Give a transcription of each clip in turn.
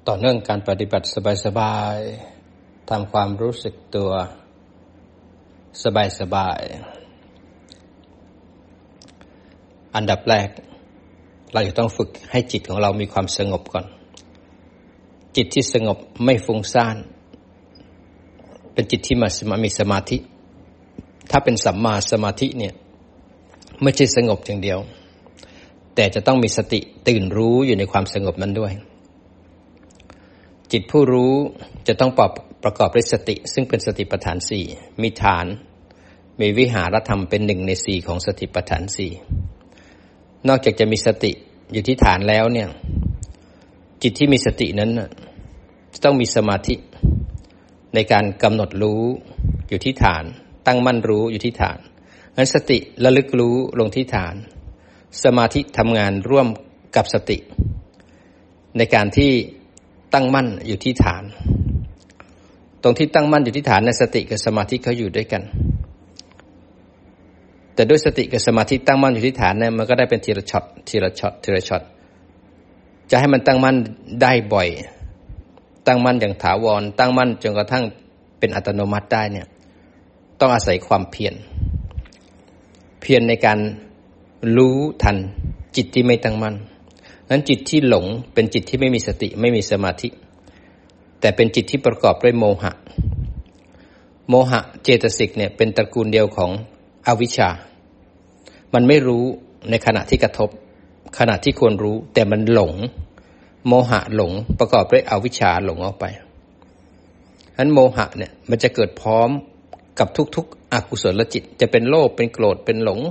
ต่อเนื่องการปฏิบัติสบายๆทำความรู้สึกตัวสบายๆอันดับแรกเราจะต้องฝึกให้จิตของเรามีความสงบก่อนจิตที่สงบไม่ฟุ้งซ่านเป็นจิตที่มีสมาธิถ้าเป็นสัมมาสมาธิเนี่ยไม่ใช่สงบอย่างเดียวแต่จะต้องมีสติตื่นรู้อยู่ในความสงบนั้นด้วยจิตผู้รู้จะต้องประกอบด้วยสติซึ่งเป็นสติปัฏฐานสี่มีฐานมีวิหารธรรมเป็น1 ใน 4ของสติปัฏฐานสี่นอกจากจะมีสติอยู่ที่ฐานแล้วเนี่ยจิตที่มีสตินั้นจะต้องมีสมาธิในการกำหนดรู้อยู่ที่ฐานตั้งมั่นรู้อยู่ที่ฐานงั้นสติระลึกรู้ลงที่ฐานสมาธิทำงานร่วมกับสติในการที่ตั้งมั่นอยู่ที่ฐานตรงที่ตั้งมั่นอยู่ที่ฐานในสติกับสมาธิเขาอยู่ด้วยกันแต่ด้วยสติกับสมาธิตั้งมั่นอยู่ที่ฐานเนี่ยมันก็ได้เป็นทีละช็อตทีละช็อตทีละช็อตจะให้มันตั้งมั่นได้บ่อยตั้งมั่นอย่างถาวรตั้งมั่นจนกระทั่งเป็นอัตโนมัติได้เนี่ยต้องอาศัยความเพียรในการรู้ทันจิตที่ไม่ตั้งมั่นนั้นจิตที่หลงเป็นจิตที่ไม่มีสติไม่มีสมาธิแต่เป็นจิตที่ประกอบด้วยโมหะเจตสิกเนี่ยเป็นตระกูลเดียวของอวิชชามันไม่รู้ในขณะที่กระทบขณะที่ควรรู้แต่มันหลงโมหะหลงประกอบด้วยอวิชชาหลงออกไปนั้นโมหะเนี่ยมันจะเกิดพร้อมกับทุกๆอกุศลจิตจะเป็นโลภเป็นโกรธเป็นหลง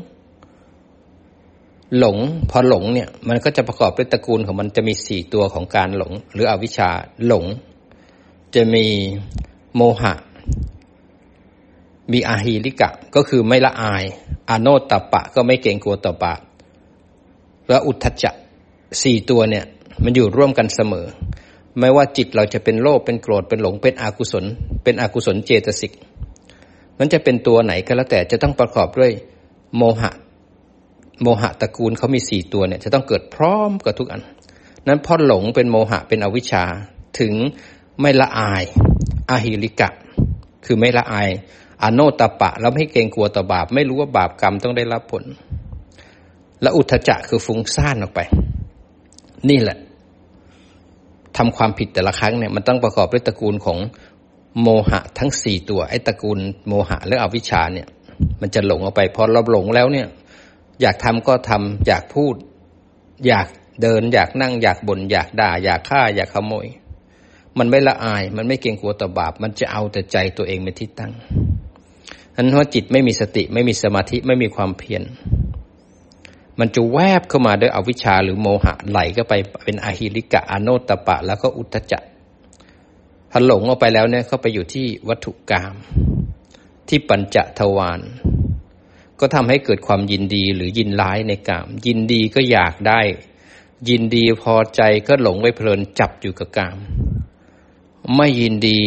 พอหลงเนี่ยมันก็จะประกอบด้วยตระกูลของมันจะมี4ตัวของการหลงหรืออวิชชาหลงจะมีโมหะมีอาหีริกะก็คือไม่ละอายอโนตตัปปะก็ไม่เกรงกลัวต่อบาปแล้วอุทธัจจะ4ตัวเนี่ยมันอยู่ร่วมกันเสมอไม่ว่าจิตเราจะเป็นโลภเป็นโกรธเป็นหลงเป็นอกุศลเจตสิกมันจะเป็นตัวไหนก็แล้วแต่จะต้องประกอบด้วยโมหะตระกูลเขามี4ตัวเนี่ยจะต้องเกิดพร้อมกับทุกอันนั้นพอหลงเป็นโมหะเป็นอวิชชาถึงไม่ละอายอาหิริกะคือไม่ละอายอโนตตัปปะแล้วไม่เกรงกลัวต่อบาปไม่รู้ว่าบาปกรรมต้องได้รับผลและอุทธัจจะคือฟุ้งซ่านออกไปนี่แหละทำความผิดแต่ละครั้งเนี่ยมันต้องประกอบด้วยตระกูลของโมหะทั้ง4ตัวไอ้ตระกูลโมหะหรืออวิชชาเนี่ยมันจะหลงออกไปพอเราหลงแล้วเนี่ยอยากทำก็ทำอยากพูดอยากเดินอยากนั่งอยากบ่นอยากด่าอยากฆ่าอยากขโมยมันไม่ละอายมันไม่เกรงกลัวต่อบาปมันจะเอาแต่ใจตัวเองเป็นที่ตั้งอันเพราะจิตไม่มีสติไม่มีสมาธิไม่มีความเพียรมันจะแวบเข้ามาด้วยอวิชชาหรือโมหะไหลเข้าไปเป็นอาหิริกะอโนตตัปปะแล้วก็อุทธัจจะพอหลงออกไปแล้วเนี่ยเข้าไปอยู่ที่วัตถุกามที่ปัญจทวารก็ทำให้เกิดความยินดีหรือยินร้ายในกามยินดีก็อยากได้ยินดีพอใจก็หลงไปเพลินจับอยู่กับกามไม่ยินดี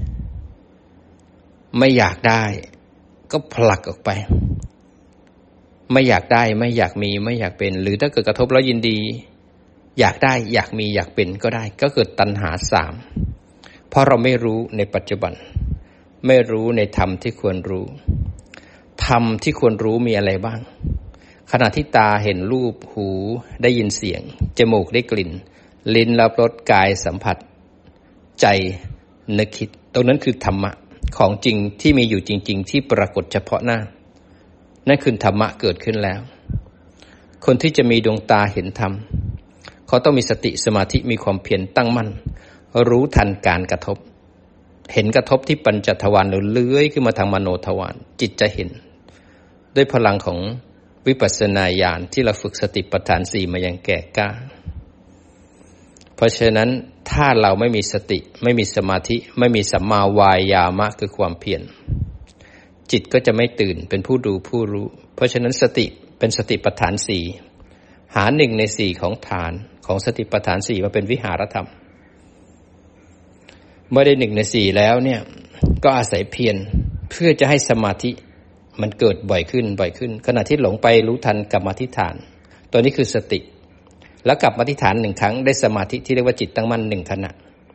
ไม่อยากได้ก็ผลักออกไปไม่อยากได้ไม่อยากมีไม่อยากเป็นหรือถ้าเกิดกระทบแล้วยินดีอยากได้อยากมีอยากเป็นก็ได้ก็เกิดตัณหา3เพราะเราไม่รู้ในปัจจุบันไม่รู้ในธรรมที่ควรรู้ธรรมที่ควรรู้มีอะไรบ้างขณะที่ตาเห็นรูปหูได้ยินเสียงจมูกได้กลิ่นลิ้นรับรสกายสัมผัสใจนึกคิดตรงนั้นคือธรรมะของจริงที่มีอยู่จริงๆที่ปรากฏเฉพาะหน้านั่นคือธรรมะเกิดขึ้นแล้วคนที่จะมีดวงตาเห็นธรรมเขาต้องมีสติสมาธิมีความเพียรตั้งมั่นรู้ทันการกระทบเห็นกระทบที่ปัญจทวารหรือเลื้อยขึ้นมาทางมโนทวารจิตจะเห็นด้วยพลังของวิปัสสนาญาณที่เราฝึกสติปัฏฐาน4มาอย่างแก่กล้าเพราะฉะนั้นถ้าเราไม่มีสติไม่มีสมาธิไม่มีสัมมาวายามะคือความเพียรจิตก็จะไม่ตื่นเป็นผู้ดูผู้รู้เพราะฉะนั้นสติเป็นสติปัฏฐาน4หา1 ใน 4ของฐานของสติปัฏฐาน4มาเป็นวิหารธรรมเมื่อได้1 ใน 4แล้วเนี่ยก็อาศัยเพียรเพื่อจะให้สมาธิมันเกิดบ่อยขึ้นขณะที่หลงไปรู้ทันกลับมาที่ฐานตัวนี้คือสติ แล้วกลับมาที่ฐาน1 ครั้งได้สมาธิที่เรียกว่าจิตตั้งมั่น1 ขณะ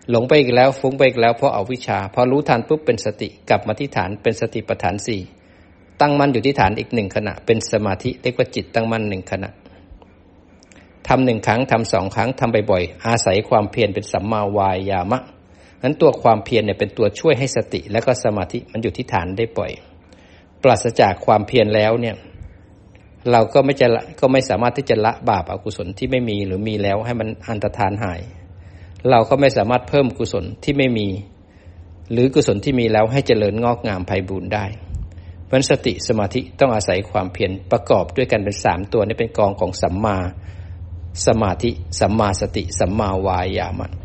หลงไปอีกแล้วฟุ้งไปอีกแล้วเพราะอวิชชาพอรู้ทันปุ๊บเป็นสติกลับมาที่ฐานเป็นสติปัฏฐานสี่ตั้งมั่นอยู่ที่ฐานอีก1ขณะเป็นสมาธิเรียกว่าจิตตั้งมั่น1ขณะทำ1ครั้งทำ2ครั้งทำบ่อยๆอาศัยความเพียรเป็นสัมมาวายามะนั้นตัวความเพียรเนี่ยเป็นตัวช่วยให้สติและก็สมาธิมันอยู่ที่ฐานได้บ่อยปราศจากความเพียรแล้วเนี่ยเราก็ไม่สามารถที่จะละบาปอกุศลที่ไม่มีหรือมีแล้วให้มันอันตรธานหายเราก็ไม่สามารถเพิ่มกุศลที่ไม่มีหรือกุศลที่มีแล้วให้เจริญงอกงามไพบูรย์ได้เพราะสติสมาธิต้องอาศัยความเพียรประกอบด้วยกันเป็น3ตัวนี้เป็นกองของสัมมาสมาธิสัมมาสติสัมมาวายามะ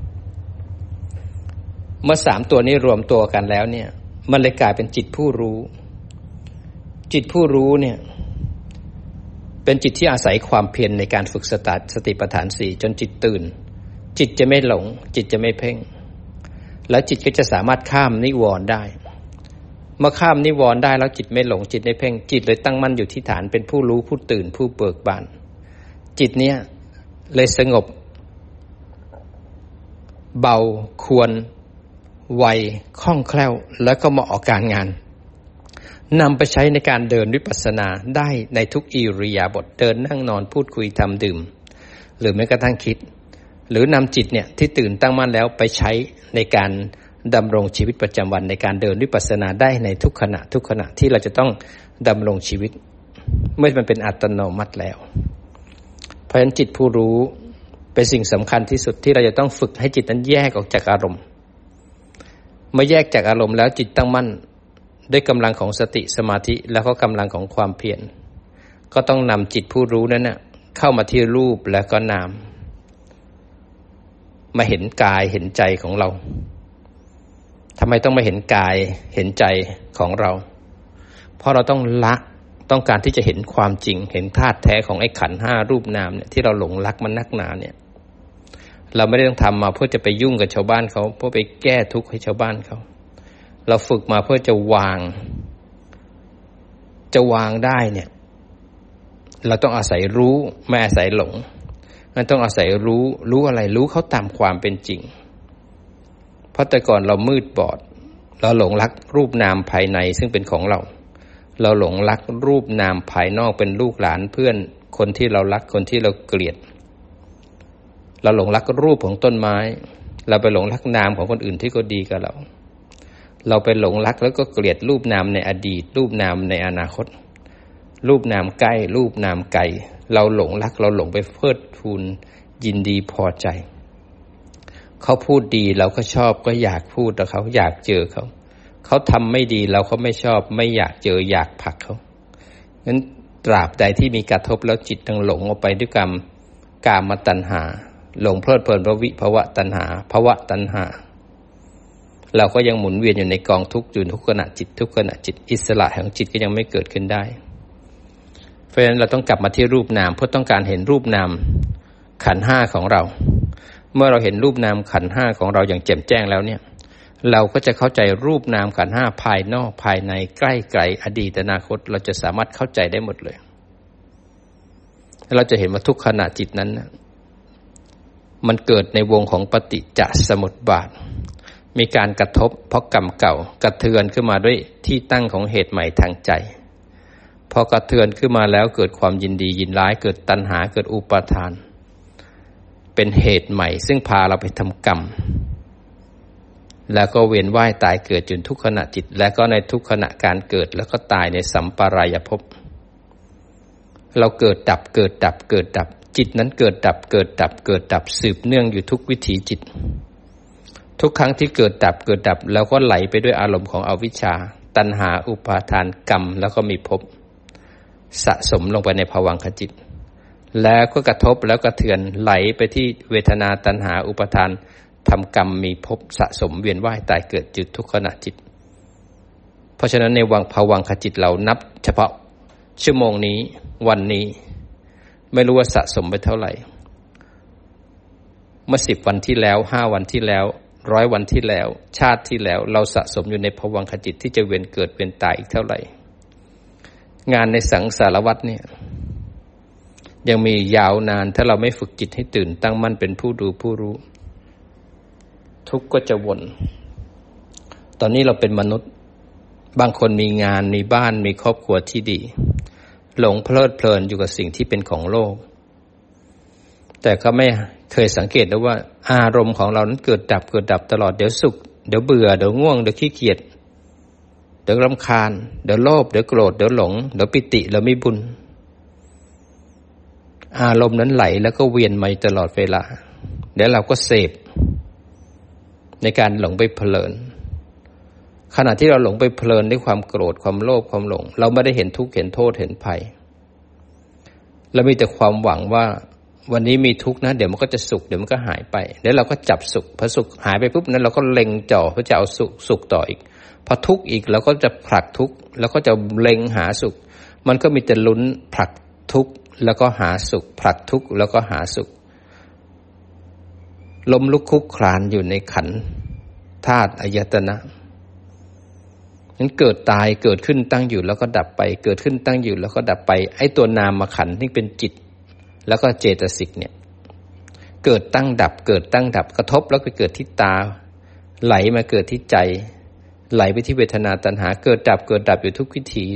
เมื่อ3ตัวนี้รวมตัวกันแล้วเนี่ยมันเลยกลายเป็นจิตผู้รู้จิตผู้รู้เนี่ยเป็นจิตที่อาศัยความเพียรในการฝึกสติปัฏฐาน4จนจิตตื่นจิตจะไม่หลงจิตจะไม่เพ่งแล้วจิตก็จะสามารถข้ามนิวรณ์ได้เมื่อข้ามนิวรณ์ได้แล้วจิตไม่หลงจิตไม่เพ่งจิตเลยตั้งมั่นอยู่ที่ฐานเป็นผู้รู้ผู้ตื่นผู้เบิกบานจิตเนี้ยเลยสงบเบาควรไวคล่องแคล่วแล้วก็เหมาะกับการงานนำไปใช้ในการเดินวิปัสสนาได้ในทุกอิริยาบถเดินนั่งนอนพูดคุยทำดื่มหรือแม้กระทั่งคิดหรือนำจิตเนี่ยที่ตื่นตั้งมั่นแล้วไปใช้ในการดำรงชีวิตประจำวันในการเดินวิปัสสนาได้ในทุกขณะที่เราจะต้องดำรงชีวิตเมื่อมันเป็นอัตโนมัติแล้วเพราะฉะนั้นจิตผู้รู้เป็นสิ่งสำคัญที่สุดที่เราจะต้องฝึกให้จิตนั้นแยกออกจากอารมณ์เมื่อแยกจากอารมณ์แล้วจิตตั้งมั่นด้วยกำลังของสติสมาธิแล้วก็กำลังของความเพียรก็ต้องนำจิตผู้รู้นั้นนะเข้ามาที่รูปแล้วก็นามมาเห็นกายเห็นใจของเราทำไมต้องมาเห็นกายเห็นใจของเราเพราะเราต้องการที่จะเห็นความจริงเห็นธาตุแท้ของไอ้ขันธ์5รูปนามเนี่ยที่เราหลงรักมันนักหนาเนี่ยเราไม่ได้ต้องทำมาเพื่อจะไปยุ่งกับชาวบ้านเขาเพื่อไปแก้ทุกข์ให้ชาวบ้านเขาเราฝึกมาเพื่อจะวางได้เนี่ยเราต้องอาศัยรู้ไม่อาศัยหลงมันต้องอาศัยรู้อะไรรู้เขาตามความเป็นจริงเพราะแต่ก่อนเรามืดบอดเราหลงรักรูปนามภายในซึ่งเป็นของเราหลงรักรูปนามภายนอกเป็นลูกหลานเพื่อนคนที่เรารักคนที่เราเกลียดเราหลงรักรูปของต้นไม้เราไปหลงรักนามของคนอื่นที่ก็ดีกับเราไปหลงรักแล้วก็เกลียดรูปนามในอดีตรูปนามในอนาคตรูปนามใกล้รูปนามไกลเราหลงรักเราหลงไปเพิดทูนยินดีพอใจเขาพูดดีเราก็ชอบก็อยากพูดกับเขาอยากเจอเขาทำไม่ดีเราก็ไม่ชอบไม่อยากเจออยากผลักเขางั้นตราบใดที่มีกระทบแล้วจิตต้องหลงออกไปด้วยกามตัณหาหลงเพลิดเพลินเพราะวิภวะตัณหาภวะตัณหาเราก็ยังหมุนเวียนอยู่ในกองทุกข์อยู่ทุกขณะจิตอิสระของจิตก็ยังไม่เกิดขึ้นได้เพราะฉะนั้นเราต้องกลับมาที่รูปนามเพื่อต้องการเห็นรูปนามขันธ์5ของเราเมื่อเราเห็นรูปนามขันธ์5ของเราอย่างแจ่มแจ้งแล้วเนี่ยเราก็จะเข้าใจรูปนามขันธ์5ภายนอกภายในใกล้ไกลอดีตอนาคตเราจะสามารถเข้าใจได้หมดเลยเราจะเห็นว่าทุกขณะจิตนั้นมันเกิดในวงของปฏิจจสมุปบาทมีการกระทบเพราะกรรมเก่ากระเทือนขึ้นมาด้วยที่ตั้งของเหตุใหม่ทางใจพอกระเทือนขึ้นมาแล้วเกิดความยินดียินร้ายเกิดตัณหาเกิดอุปาทานเป็นเหตุใหม่ซึ่งพาเราไปทำกรรมแล้วก็เวียนว่ายตายเกิดจนทุกขณะจิตและก็ในทุกขณะการเกิดแล้วก็ตายในสัมปรายภพเราเกิดดับจิตนั้นเกิดดับสืบเนื่องอยู่ทุกวิถีจิตทุกครั้งที่เกิดดับแล้วก็ไหลไปด้วยอารมณ์ของอวิชชาตัณหาอุปาทานกรรมแล้วก็มีภพสะสมลงไปในภวังคจิตแล้วก็กระทบแล้วกระเทือนไหลไปที่เวทนาตัณหาอุปาทานทำกรรมมีภพสะสมเวียนว่ายตายเกิดจุดทุกขณะจิตเพราะฉะนั้นในภวังคจิตเรานับเฉพาะชั่วโมงนี้วันนี้ไม่รู้ว่าสะสมไปเท่าไหร่เมื่อ10 วันที่แล้ว5 วันที่แล้ว100 วันที่แล้วชาติที่แล้วเราสะสมอยู่ในภวังคจิตที่จะเวียนเกิดเวียนตายอีกเท่าไหร่งานในสังสารวัฏเนี่ยยังมียาวนานถ้าเราไม่ฝึกจิตให้ตื่นตั้งมั่นเป็นผู้ดูผู้รู้ทุกข์ก็จะวนตอนนี้เราเป็นมนุษย์บางคนมีงานมีบ้านมีครอบครัวที่ดีหลงเพลิดเพลินอยู่กับสิ่งที่เป็นของโลกแต่ก็ไม่เคยสังเกตได้ว่าอารมณ์ของเรานั้นเกิดดับตลอดเดี๋ยวสุขเดี๋ยวเบื่อเดี๋ยวง่วงเดี๋ยวขี้เกียจเดี๋ยวรำคาญเดี๋ยวโลภเดี๋ยวโกรธเดี๋ยวหลงเดี๋ยวปิติแล้วไม่บุญอารมณ์นั้นไหลแล้วก็เวียนมาตลอดเวลาเดี๋ยวเราก็เสพในการหลงไปเพลินขณะที่เราหลงไปเพลินด้วยความโกรธความโลภความหลงเราไม่ได้เห็นทุกข์เห็นโทษเห็นภัยเรามีแต่ความหวังว่าวันนี้มีทุกข์นะเดี๋ยวมันก็จะสุขเดี๋ยวมันก็หายไปเดี๋ยวเราก็จับสุขพอสุขหายไปปุ๊บนั้นเราก็เล็งจ่อเพื่อจะเอาสุขต่ออีกพอทุกข์อีกเราก็จะผลักทุกข์แล้วก็จะเล็งหาสุขมันก็มีแต่ลุ้นผลักทุกข์แล้วก็หาสุขผลักทุกข์แล้วก็หาสุขล้มลุกคลุกคลานอยู่ในขันธ์ธาตุอายตนะนั้นเกิดตายเกิดขึ้นตั้งอยู่แล้วก็ดับไปเกิดขึ้นตั้งอยู่แล้วก็ดับไปไอ้ตัวนามขันธ์ที่เป็นจิตแล้วก็เจตสิกเนี่ยเกิดตั้งดับเกิดตั้งดับกระทบแล้วไปเกิดที่ตาไหลมาเกิดที่ใจไหลไปที่เวทนาตัณหาเกิดดับอยู่ทุกวิถี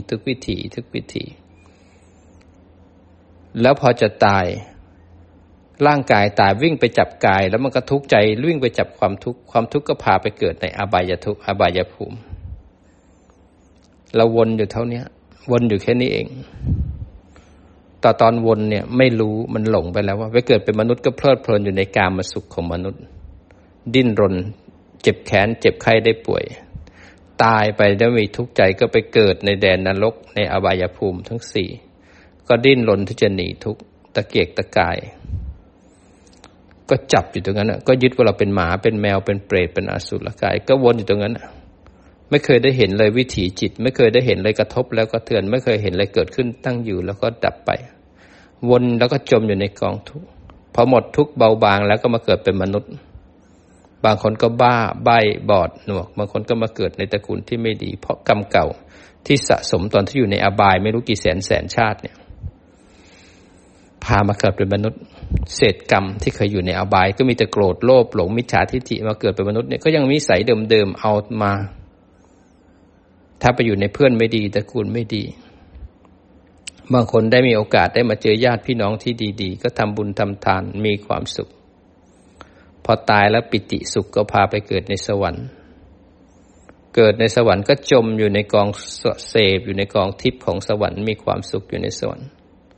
แล้วพอจะตายร่างกายตายวิ่งไปจับกายแล้วมันก็ทุกข์ใจวิ่งไปจับความทุกข์ก็พาไปเกิดในอบายทุกข์อบายภูมิเราวนอยู่เท่านี้วนอยู่แค่นี้เองตอนวนเนี่ยไม่รู้มันหลงไปแล้วว่าไปเกิดเป็นมนุษย์ก็เพลิดเพลินอยู่ในกามสุขของมนุษย์ดิ้นรนเจ็บแขนเจ็บไข้ได้ป่วยตายไปแล้วมีทุกข์ใจก็ไปเกิดในแดนนรกในอบายภูมิทั้งสี่ก็ดิ้นรนที่จะหนีทุกข์ตะเกียกตะกายก็จับอยู่ตรงนั้นก็ยึดว่าเราเป็นหมาเป็นแมวเป็นเปรตเป็นอสุรกายก็วนอยู่ตรงนั้นไม่เคยได้เห็นเลยวิถีจิตไม่เคยได้เห็นเลยกระทบแล้วก็เตือนไม่เคยเห็นเลยเกิดขึ้นตั้งอยู่แล้วก็ดับไปวนแล้วก็จมอยู่ในกองทุกข์พอหมดทุกข์เบาบางแล้วก็มาเกิดเป็นมนุษย์บางคนก็บ้าใบ้บอดหนวกบางคนก็มาเกิดในตระกูลที่ไม่ดีเพราะกรรมเก่าที่สะสมตอนที่อยู่ในอบายไม่รู้กี่แสนชาติเนี่ยพามาเกิดเป็นมนุษย์เศษกรรมที่เคยอยู่ในอบายก็มีแต่โกรธโลภหลงมิจฉาทิฏฐิมาเกิดเป็นมนุษย์เนี่ยก็ยังมีนิสัยเดิมๆเอามาถ้าไปอยู่ในเพื่อนไม่ดีตระกูลไม่ดีบางคนได้มีโอกาสได้มาเจอญาติพี่น้องที่ดีๆก็ทำบุญทำทานมีความสุขพอตายแล้วปิติสุขก็พาไปเกิดในสวรรค์เกิดในสวรรค์ก็จมอยู่ในกองเสพอยู่ในกองทิพย์ของสวรรค์มีความสุขอยู่ในสวรรค์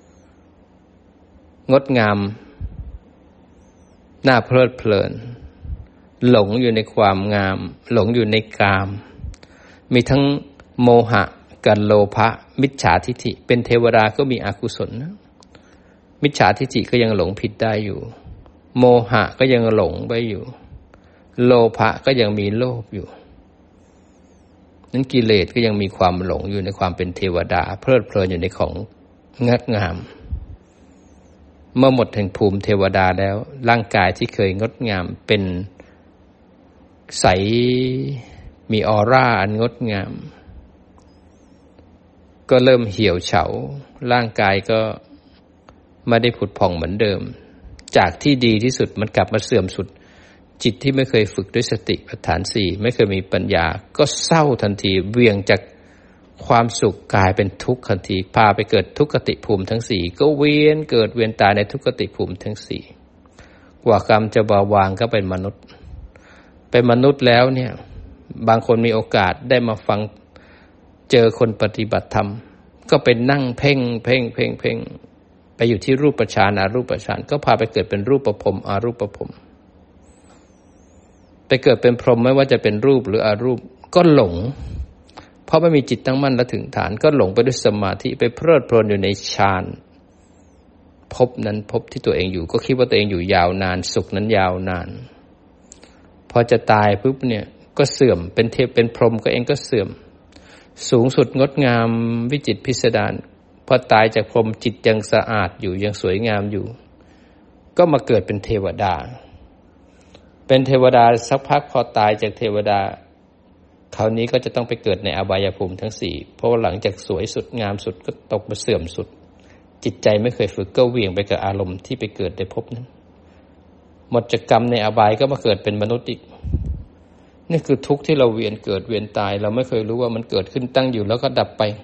งดงามน่าเพลิดเพลินหลงอยู่ในความงามหลงอยู่ในกามมีทั้งโมหะกับโลภะมิจฉาทิฏฐิเป็นเทวดาก็มีอกุศลนะมิจฉาทิฏฐิก็ยังหลงผิดได้อยู่โมหะก็ยังหลงไปอยู่โลภะก็ยังมีโลภอยู่นั้นกิเลสก็ยังมีความหลงอยู่ในความเป็นเทวดาเพลิดเพลินอยู่ในของงดงามเมื่อหมดแห่งภูมิเทวดาแล้วร่างกายที่เคยงดงามเป็นใสมีออร่าอันงดงามก็เริ่มเหี่ยวเฉาร่างกายก็ไม่ได้ผุดผ่องเหมือนเดิมจากที่ดีที่สุดมันกลับมาเสื่อมสุดจิตที่ไม่เคยฝึกด้วยสติปัฏฐานสี่ไม่เคยมีปัญญาก็เศร้าทันทีเวียงจากความสุขกลายเป็นทุกข์ทันทีพาไปเกิดทุกขติภูมิทั้งสี่ก็เวียนเกิดเวียนตายในทุกขติภูมิทั้งสี่กว่ากรรมจะเบาบางก็เป็นมนุษย์แล้วเนี่ยบางคนมีโอกาสได้มาฟังเจอคนปฏิบัติธรรมก็เป็นนั่งเพ่งไปอยู่ที่รูปฌานอรูปฌานก็พาไปเกิดเป็นรูปภพอรูปภพไปเกิดเป็นพรหมไม่ว่าจะเป็นรูปหรืออรูปก็หลงเพราะไม่มีจิตตั้งมั่นและถึงฐานก็หลงไปด้วยสมาธิไปเพลิดเพลินอยู่ในฌานภพนั้นภพที่ตัวเองอยู่ก็คิดว่าตัวเองอยู่ยาวนานสุขนั้นยาวนานพอจะตายปุ๊บเนี่ยก็เสื่อมเป็นเทพเป็นพรหมก็เองก็เสื่อมสูงสุดงดงามวิจิตรพิสดารพอตายจากพรหมจิตยังสะอาดอยู่ยังสวยงามอยู่ก็มาเกิดเป็นเทวดาสักพักพอตายจากเทวดาคราวนี้ก็จะต้องไปเกิดในอบายภูมิทั้งสี่เพราะว่าหลังจากสวยสุดงามสุดก็ตกมาเสื่อมสุดจิตใจไม่เคยฝึกก็เหวี่ยงไปกับอารมณ์ที่ไปเกิดในภพนั้นหมดจากกรรมในอบายก็มาเกิดเป็นมนุษย์อีกนี่คือทุกข์ที่เราเวียนเกิดเวียนตายเราไม่เคยรู้ว่ามันเกิดขึ้นตั้งอยู่แล้วก็ดับไป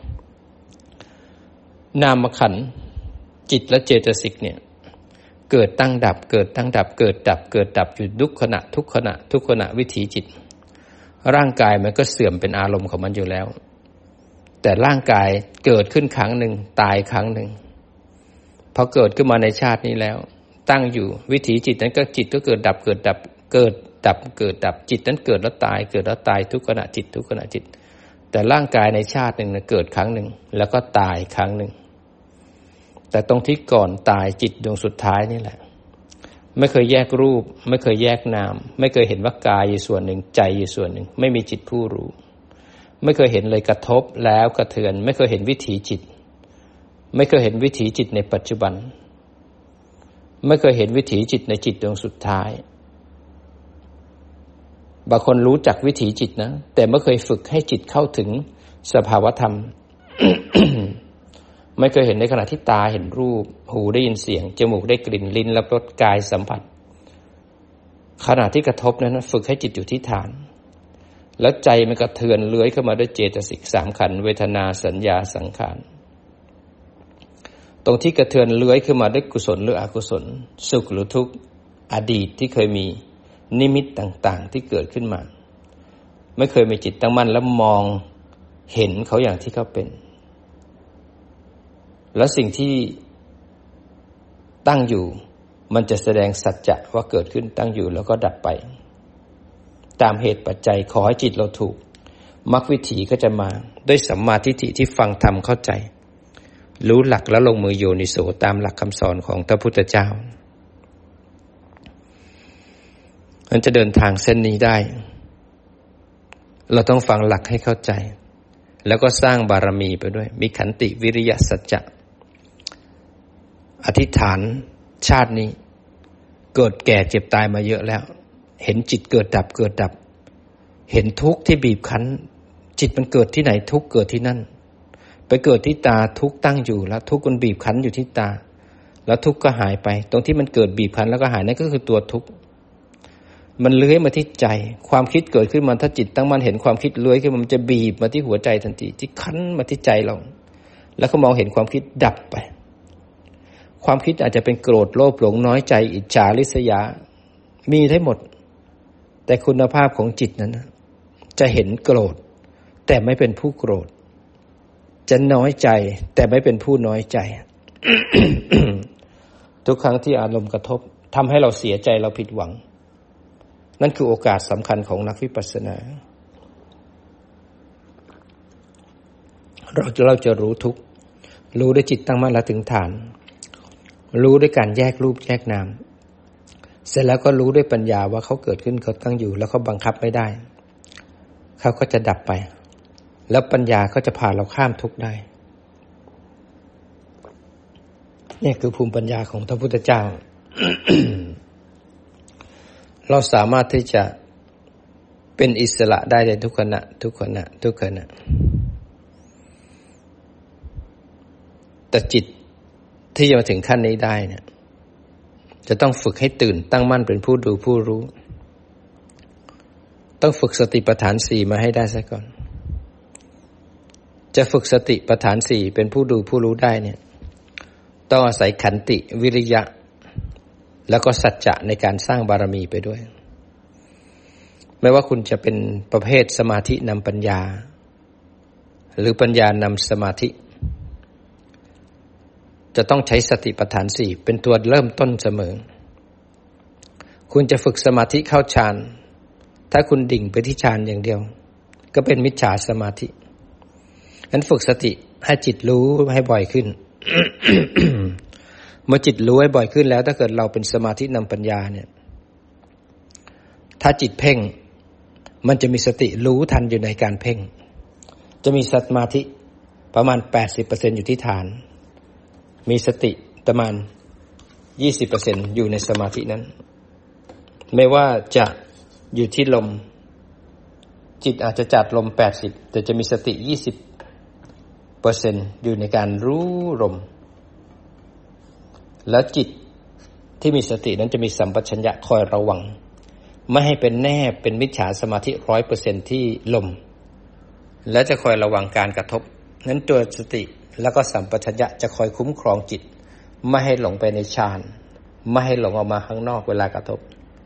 นามขันธ์จิตและเจตสิกเนี่ยเกิดตั้งดับเกิดตั้งดับเกิดดับเกิดดับอยู่ทุกขณะทุกขณะทุกขณะวิถีจิตร่างกายมันก็เสื่อมเป็นอารมณ์ของมันอยู่แล้วแต่ร่างกายเกิดขึ้นครั้งหนึ่งตายครั้งหนึ่งพอเกิดขึ้นมาในชาตินี้แล้วตั้งอยู่วิถีจิตนั้นก็จิตก็เกิดดับเกิดดับเกิดดับเกิดดับจิตนั้นเกิดแล้วตายเกิดแล้วตายทุกขณะจิตทุกขณะจิตแต่ร่างกายในชาติหนึ่งเกิดครั้งหนึ่งแล้วก็ตายครั้งหนึ่งแต่ตรงที่ก่อนตายจิตดวงสุดท้ายนี่แหละไม่เคยแยกรูปไม่เคยแยกนามไม่เคยเห็นว่ากายอยู่ส่วนหนึ่งใจอยู่ส่วนหนึ่งไม่มีจิตผู้รู้ไม่เคยเห็นเลยกระทบแล้วกระเทือนไม่เคยเห็นวิถีจิตไม่เคยเห็นวิถีจิตในปัจจุบันไม่เคยเห็นวิถีจิตในจิตดวงสุดท้ายบางคนรู้จักวิถีจิตนะแต่ไม่เคยฝึกให้จิตเข้าถึงสภาวธรรม ไม่เคยเห็นในขณะที่ตาเห็นรูปหูได้ยินเสียงจมูกได้กลิ่นลิ้นรับรสกายสัมผัสขณะที่กระทบนั้นฝึกให้จิตอยู่ที่ฐานแล้วใจมันกระเทือนเลื้อยเข้ามาด้วยเจตสิก3ขันธ์เวทนาสัญญาสังขารตรงที่กระเทือนเลื้อยขึ้นมาด้วยกุศลหรืออกุศลสุขหรือทุกข์อดีตที่เคยมีนิมิตต่างๆที่เกิดขึ้นมาไม่เคยมีจิตตั้งมั่นแล้วมองเห็นเขาอย่างที่เขาเป็นแล้วสิ่งที่ตั้งอยู่มันจะแสดงสัจจะว่าเกิดขึ้นตั้งอยู่แล้วก็ดับไปตามเหตุปัจจัยขอให้จิตเราถูกมรรควิถีก็จะมาด้วยสัมมาทิฏฐิที่ฟังธรรมเข้าใจรู้หลักแล้วลงมือโยนิโสตามหลักคำสอนของพระพุทธเจ้ามันจะเดินทางเส้นนี้ได้เราต้องฟังหลักให้เข้าใจแล้วก็สร้างบารมีไปด้วยมีขันติวิริยะสัจจะอธิษฐานชาตินี้เกิดแก่เจ็บตายมาเยอะแล้วเห็นจิตเกิดดับเกิดดับเห็นทุกข์ที่บีบคั้นจิตมันเกิดที่ไหนทุกข์เกิดที่นั่นไปเกิดที่ตาทุกข์ตั้งอยู่แล้วทุกข์มันบีบคั้นอยู่ที่ตาแล้วทุกข์ก็หายไปตรงที่มันเกิดบีบคั้นแล้วก็หายนั่นก็คือตัวทุกข์มันเลื้อยมาที่ใจความคิดเกิดขึ้นมาถ้าจิตตั้งมั่นเห็นความคิดเลื้อยขึ้นมันจะบีบมาที่หัวใจทันทีที่คั้นมาที่ใจเราแล้วก็มองเห็นความคิดดับไปความคิดอาจจะเป็นโกรธโลภหลงน้อยใจอิจฉาริษยามีได้หมดแต่คุณภาพของจิตนั้นจะเห็นโกรธแต่ไม่เป็นผู้โกรธจะน้อยใจแต่ไม่เป็นผู้น้อยใจ ทุกครั้งที่อารมณ์กระทบทำให้เราเสียใจเราผิดหวังนั่นคือโอกาสสำคัญของนักวิปัสสนาเราจะรู้ทุกข์รู้ด้วยจิตตั้งมั่นและถึงฐานรู้ด้วยการแยกรูปแยกนามเสร็จแล้วก็รู้ด้วยปัญญาว่าเขาเกิดขึ้นเขาตั้งอยู่แล้วเขาบังคับไม่ได้เขาก็จะดับไปแล้วปัญญาก็จะพาเราข้ามทุกข์ได้นี่คือภูมิปัญญาของพระพุทธเจ้า เราสามารถที่จะเป็นอิสระได้ในทุกขณะทุกขณะทุกขณะแต่จิตที่จะมาถึงขั้นนี้ได้เนี่ยจะต้องฝึกให้ตื่นตั้งมั่นเป็นผู้ดูผู้รู้ต้องฝึกสติปัฏฐาน4มาให้ได้ซะก่อนจะฝึกสติปัฏฐาน4เป็นผู้ดูผู้รู้ได้เนี่ยต้องอาศัยขันติวิริยะแล้วก็สัจจะในการสร้างบารมีไปด้วยไม่ว่าคุณจะเป็นประเภทสมาธินำปัญญาหรือปัญญานำสมาธิจะต้องใช้สติปัฏฐาน4เป็นตัวเริ่มต้นเสมอคุณจะฝึกสมาธิเข้าฌานถ้าคุณดิ่งไปที่ฌานอย่างเดียวก็เป็นมิจฉาสมาธิงั้นฝึกสติให้จิตรู้ให้บ่อยขึ้น เมื่อจิตรู้ให้บ่อยขึ้นแล้วถ้าเกิดเราเป็นสมาธินำปัญญาเนี่ยถ้าจิตเพ่งมันจะมีสติรู้ทันอยู่ในการเพ่งจะมีสมาธิประมาณ 80% อยู่ที่ฐานมีสติประมาณ 20% อยู่ในสมาธินั้นไม่ว่าจะอยู่ที่ลมจิตอาจจะจัดลม80แต่จะมีสติ 20% อยู่ในการรู้ลมแล้วจิตที่มีสตินั้นจะมีสัมปชัญญะคอยระวังไม่ให้เป็นแนบเป็นมิจฉาสมาธิ 100% ที่ลมและจะคอยระวังการกระทบนั้นตัวสติแล้วก็สัมปชัญญะจะคอยคุ้มครองจิตไม่ให้หลงไปในฌานไม่ให้หลงออกมาข้างนอกเวลากระทบ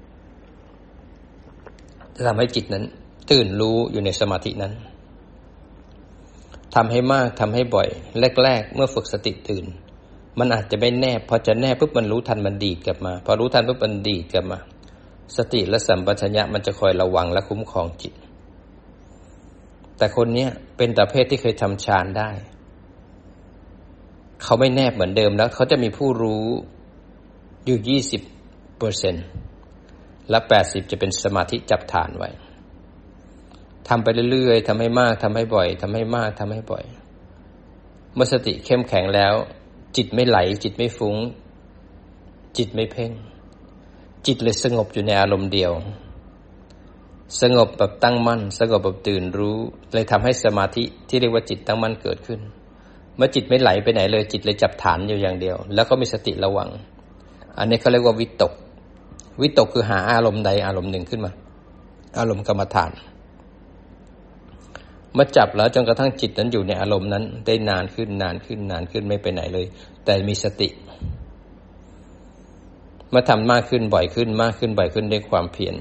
จะทำให้จิตนั้นตื่นรู้อยู่ในสมาธินั้นทำให้มากทำให้บ่อยแรกๆเมื่อฝึกสติตื่นมันอาจจะไม่แนบพอจะแนบปุ๊บมันรู้ทันมันดีดกลับมาพอรู้ทันปุ๊บมันดีดกลับมาสติและสัมปชัญญะมันจะคอยระวังและคุ้มครองจิตแต่คนนี้เป็นประเภทที่เคยทำฌานได้เขาไม่แนบเหมือนเดิมแล้วเขาจะมีผู้รู้อยู่ 20% และ 80% จะเป็นสมาธิจับฐานไว้ทำไปเรื่อยๆทำให้มากทำให้บ่อยทำให้มากทำให้บ่อยเมื่อสติเข้มแข็งแล้วจิตไม่ไหลจิตไม่ฟุ้งจิตไม่เพ่งจิตเลยสงบอยู่ในอารมณ์เดียวสงบแบบตั้งมั่นสงบแบบตื่นรู้เลยทำให้สมาธิที่เรียกว่าจิตตั้งมั่นเกิดขึ้นเมื่อจิตไม่ไหลไปไหนเลยจิตเลยจับฐานอยู่อย่างเดียวแล้วก็มีสติระวังอันนี้เขาเรียกว่าวิตกวิตกคือหาอารมณ์ใดอารมณ์หนึ่งขึ้นมาอารมณ์กรรมฐานเมื่อจับแล้วจนกระทั่งจิตนั้นอยู่ในอารมณ์นั้นได้นานขึ้นนานขึ้นนานขึ้นไม่ไปไหนเลยแต่มีสติเมื่อทำมากขึ้นบ่อยขึ้นมากขึ้นบ่อยขึ้นด้วยความเพียร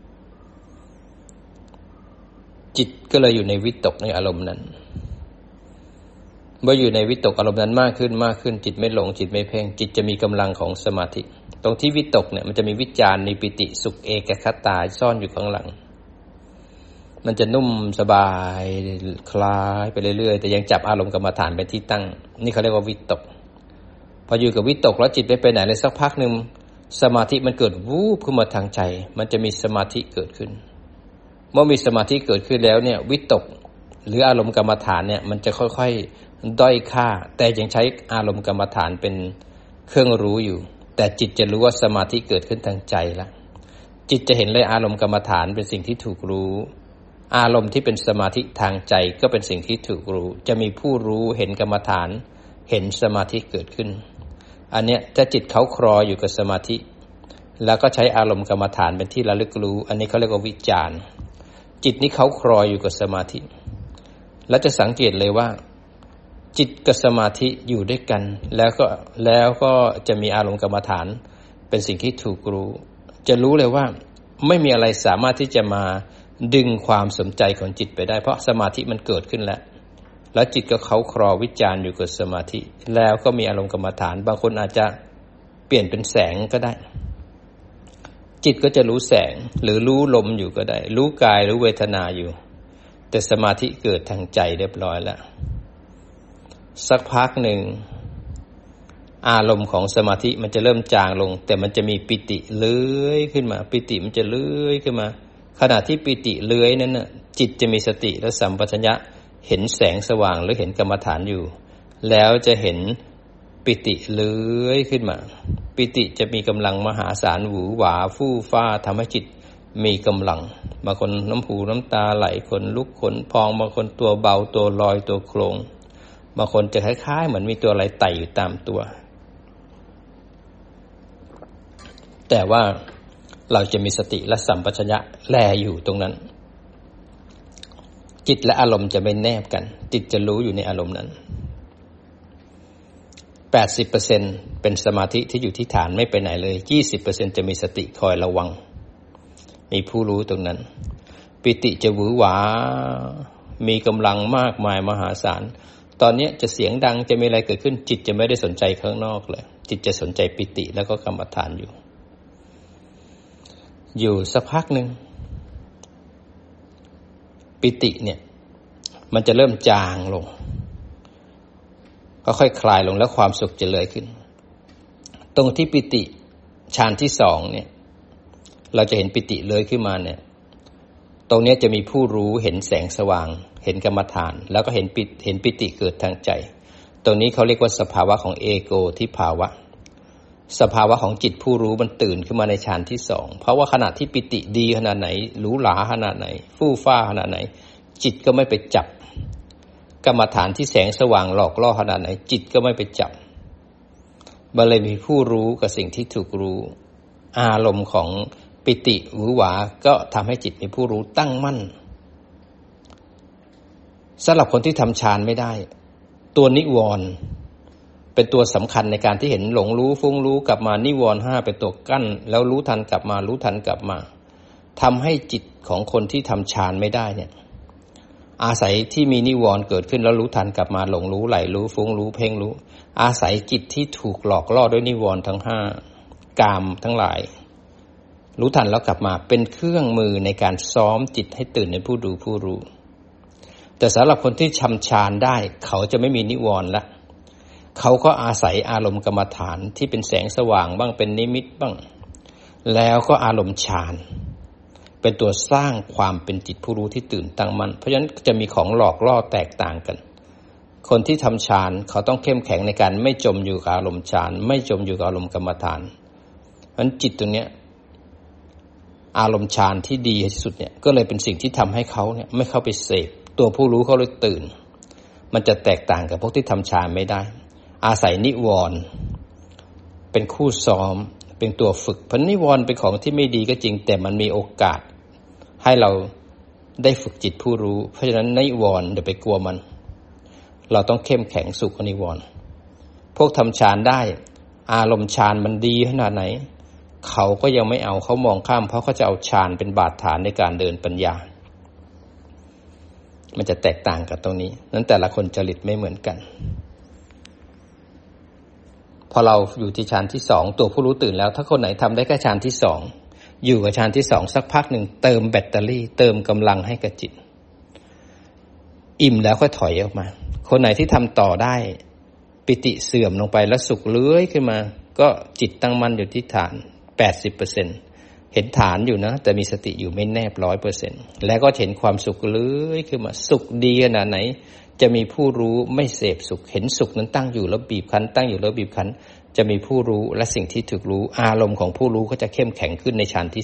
จิตก็เลยอยู่ในวิตกในอารมณ์นั้นเมื่ออยู่ในวิตกอารมณ์นั้นมากขึ้นมากขึ้นจิตไม่หลงจิตไม่เพ่งจิตจะมีกำลังของสมาธิตรงที่วิตกเนี่ยมันจะมีวิจารในปิติสุขเอกคตาซ่อนอยู่ข้างหลังมันจะนุ่มสบายคลายไปเรื่อยๆแต่ยังจับอารมณ์กรรมฐานเป็นที่ตั้งนี่เขาเรียกว่าวิตกพออยู่กับวิตกแล้วจิตไม่ไปไหนเลยสักพักนึงสมาธิมันเกิดวูบขึ้นมาทางใจมันจะมีสมาธิเกิดขึ้นเมื่อมีสมาธิเกิดขึ้นแล้วเนี่ยวิตกหรืออารมณ์กรรมฐานเนี่ยมันจะค่อยๆด้อยค่าแต่ยังใช้อารมณ์กรรมฐานเป็นเครื่องรู้อยู่แต่จิตจะรู้ว่าสมาธิเกิดขึ้นทางใจแล้วจิตจะเห็นเลยอารมณ์กรรมฐานเป็นสิ่งที่ถูกรู้อารมณ์ที่เป็นสมาธิทางใจก็เป็นสิ่งที่ถูกรู้จะมีผู้รู้เห็นกรรมฐานเห็นสมาธิเกิดขึ้นอันเนี้ยถ้าจิตเขาคลออยู่กับสมาธิแล้วก็ใช้อารมณ์กรรมฐานเป็นที่ระลึกรู้อันนี้เขาเรียกว่าวิจารณ์จิตนี้เขาคลออยู่กับสมาธิแล้วจะสังเกตเลยว่าจิตกับสมาธิอยู่ด้วยกันแล้วก็จะมีอารมณ์กรรมฐานเป็นสิ่งที่ถูกรู้จะรู้เลยว่าไม่มีอะไรสามารถที่จะมาดึงความสนใจของจิตไปได้เพราะสมาธิมันเกิดขึ้นแล้วจิตก็เขาคลอวิจารณ์อยู่กับสมาธิแล้วก็มีอารมณ์กรรมฐานบางคนอาจจะเปลี่ยนเป็นแสงก็ได้จิตก็จะรู้แสงหรือรู้ลมอยู่ก็ได้รู้กายรู้เวทนาอยู่แต่สมาธิเกิดทางใจเรียบร้อยแล้วสักพักหนึ่งอารมณ์ของสมาธิมันจะเริ่มจางลงแต่มันจะมีปิติเลื้อยขึ้นมาปิติมันจะเลื้อยขึ้นมาขณะที่ปิติเลื้อยนั้นน่ะจิตจะมีสติและสัมปชัญญะเห็นแสงสว่างหรือเห็นกรรมฐานอยู่แล้วจะเห็นปิติเลื้อยขึ้นมาปิติจะมีกำลังมหาศาลหวือหวาฟู่ฟ้าทำให้จิตมีกำลังบางคนน้ำหูน้ำตาไหลคนลุกขนพองบางคนตัวเบาตัวลอยตัวโครงบางคนจะคล้ายๆเหมือนมีตัวอะไรไต่อยู่ตามตัวแต่ว่าเราจะมีสติและสัมปชัญญะแลอยู่ตรงนั้นจิตและอารมณ์จะไม่แนบกันจิตจะรู้อยู่ในอารมณ์นั้น 80% เป็นสมาธิที่อยู่ที่ฐานไม่ไปไหนเลย 20% จะมีสติคอยระวังมีผู้รู้ตรงนั้นปิติจะหวือหวามีกำลังมากมายมหาศาลตอนนี้จะเสียงดังจะมีอะไรเกิดขึ้นจิตจะไม่ได้สนใจข้างนอกเลยจิตจะสนใจปิติแล้วก็กรรมฐานอยู่สักพักหนึ่งปิติเนี่ยมันจะเริ่มจางลงค่อยๆ คลายลงแล้วความสุขจะเลื่อยขึ้นตรงที่ปิติฌานที่2เนี่ยเราจะเห็นปิติเลื่อยขึ้นมาเนี่ยตรงนี้จะมีผู้รู้เห็นแสงสว่างเห็นกรรมฐานแล้วก็เห็นปิติเกิดทางใจตรงนี้เขาเรียกว่าสภาวะของเอโกทิภาวะสภาวะของจิตผู้รู้มันตื่นขึ้นมาในฌานที่2เพราะว่าขณะที่ปิติดีขนาดไหนหรูหราขนาดไหนฟู่ฟ้าขนาดไหนจิตก็ไม่ไปจับกรรมฐานที่แสงสว่างหลอกล่อขนาดไหนจิตก็ไม่ไปจับมันเลยมีผู้รู้กับสิ่งที่ถูกรู้อารมณ์ของปิติหวือหวาก็ทำให้จิตมีผู้รู้ตั้งมั่นสำหรับคนที่ทำฌานไม่ได้ตัวนิวรณ์เป็นตัวสำคัญในการที่เห็นหลงรู้ฟุ้งรู้กลับมานิวรณ์5เป็นตัวกั้นแล้วรู้ทันกลับมารู้ทันกลับมาทำให้จิตของคนที่ทำฌานไม่ได้เนี่ยอาศัยที่มีนิวรณ์เกิดขึ้นแล้วรู้ทันกลับมาหลงรู้ไหลรู้ฟุ้งรู้เพ่งรู้อาศัยจิตที่ถูกหลอกล่อด้วยนิวรณ์ทั้ง5กามทั้งหลายรู้ทันแล้วกลับมาเป็นเครื่องมือในการซ้อมจิตให้ตื่นในผู้ดูผู้รู้แต่สำหรับคนที่ทำฌานได้เขาจะไม่มีนิวรณ์ละเขาก็อาศัยอารมณ์กรรมฐานที่เป็นแสงสว่างบ้างเป็นนิมิตบ้างแล้วก็อารมณ์ฌานเป็นตัวสร้างความเป็นจิตผู้รู้ที่ตื่นตั้งมั่นเพราะฉะนั้นจะมีของหลอกล่อแตกต่างกันคนที่ทำฌานเขาต้องเข้มแข็งในการไม่จมอยู่กับอารมณ์ฌานไม่จมอยู่กับอารมณ์กรรมฐานเพราะฉะนั้นจิตตรงเนี้ยอารมณ์ฌานที่ดีที่สุดเนี่ยก็เลยเป็นสิ่งที่ทำให้เขาเนี่ยไม่เข้าไปเสพตัวผู้รู้เขาเลยตื่นมันจะแตกต่างกับพวกที่ทำฌานไม่ได้อาศัยนิวรณ์เป็นคู่ซ้อมเป็นตัวฝึกเพราะนิวรณ์เป็นของที่ไม่ดีก็จริงแต่มันมีโอกาสให้เราได้ฝึกจิตผู้รู้เพราะฉะนั้นนิวรณ์อย่าไปกลัวมันเราต้องเข้มแข็งสู้กับนิวรณ์พวกทำฌานได้อารมณ์ฌานมันดีขนาดไหนเขาก็ยังไม่เอาเขามองข้ามเพราะเขาจะเอาฌานเป็นบาดฐานในการเดินปัญญามันจะแตกต่างกับตรงนี้นั้นแต่ละคนจริตไม่เหมือนกันพอเราอยู่ที่ฌานที่2ตัวผู้รู้ตื่นแล้วถ้าคนไหนทำได้แค่ฌานที่2อยู่กับฌานที่2สักพักหนึ่งเติมแบตเตอรี่เติมกำลังให้กับจิตอิ่มแล้วค่อยถอยออกมาคนไหนที่ทำต่อได้ปิติเสื่อมลงไปแล้วสุขเลื้อยขึ้นมาก็จิตตั้งมั่นอยู่ที่ฐาน 80% เห็นฐานอยู่นะแต่มีสติอยู่ไม่แนบ 100% แล้วก็เห็นความสุขเลื้อยขึ้นมาสุขดีขนาดไหนจะมีผู้รู้ไม่เสพสุขเห็นสุขนั้นตั้งอยู่แล้วบีบคั้นตั้งอยู่แล้วบีบคั้นจะมีผู้รู้และสิ่งที่ถูกรู้อารมณ์ของผู้รู้ก็จะเข้มแข็งขึ้นในฌานที่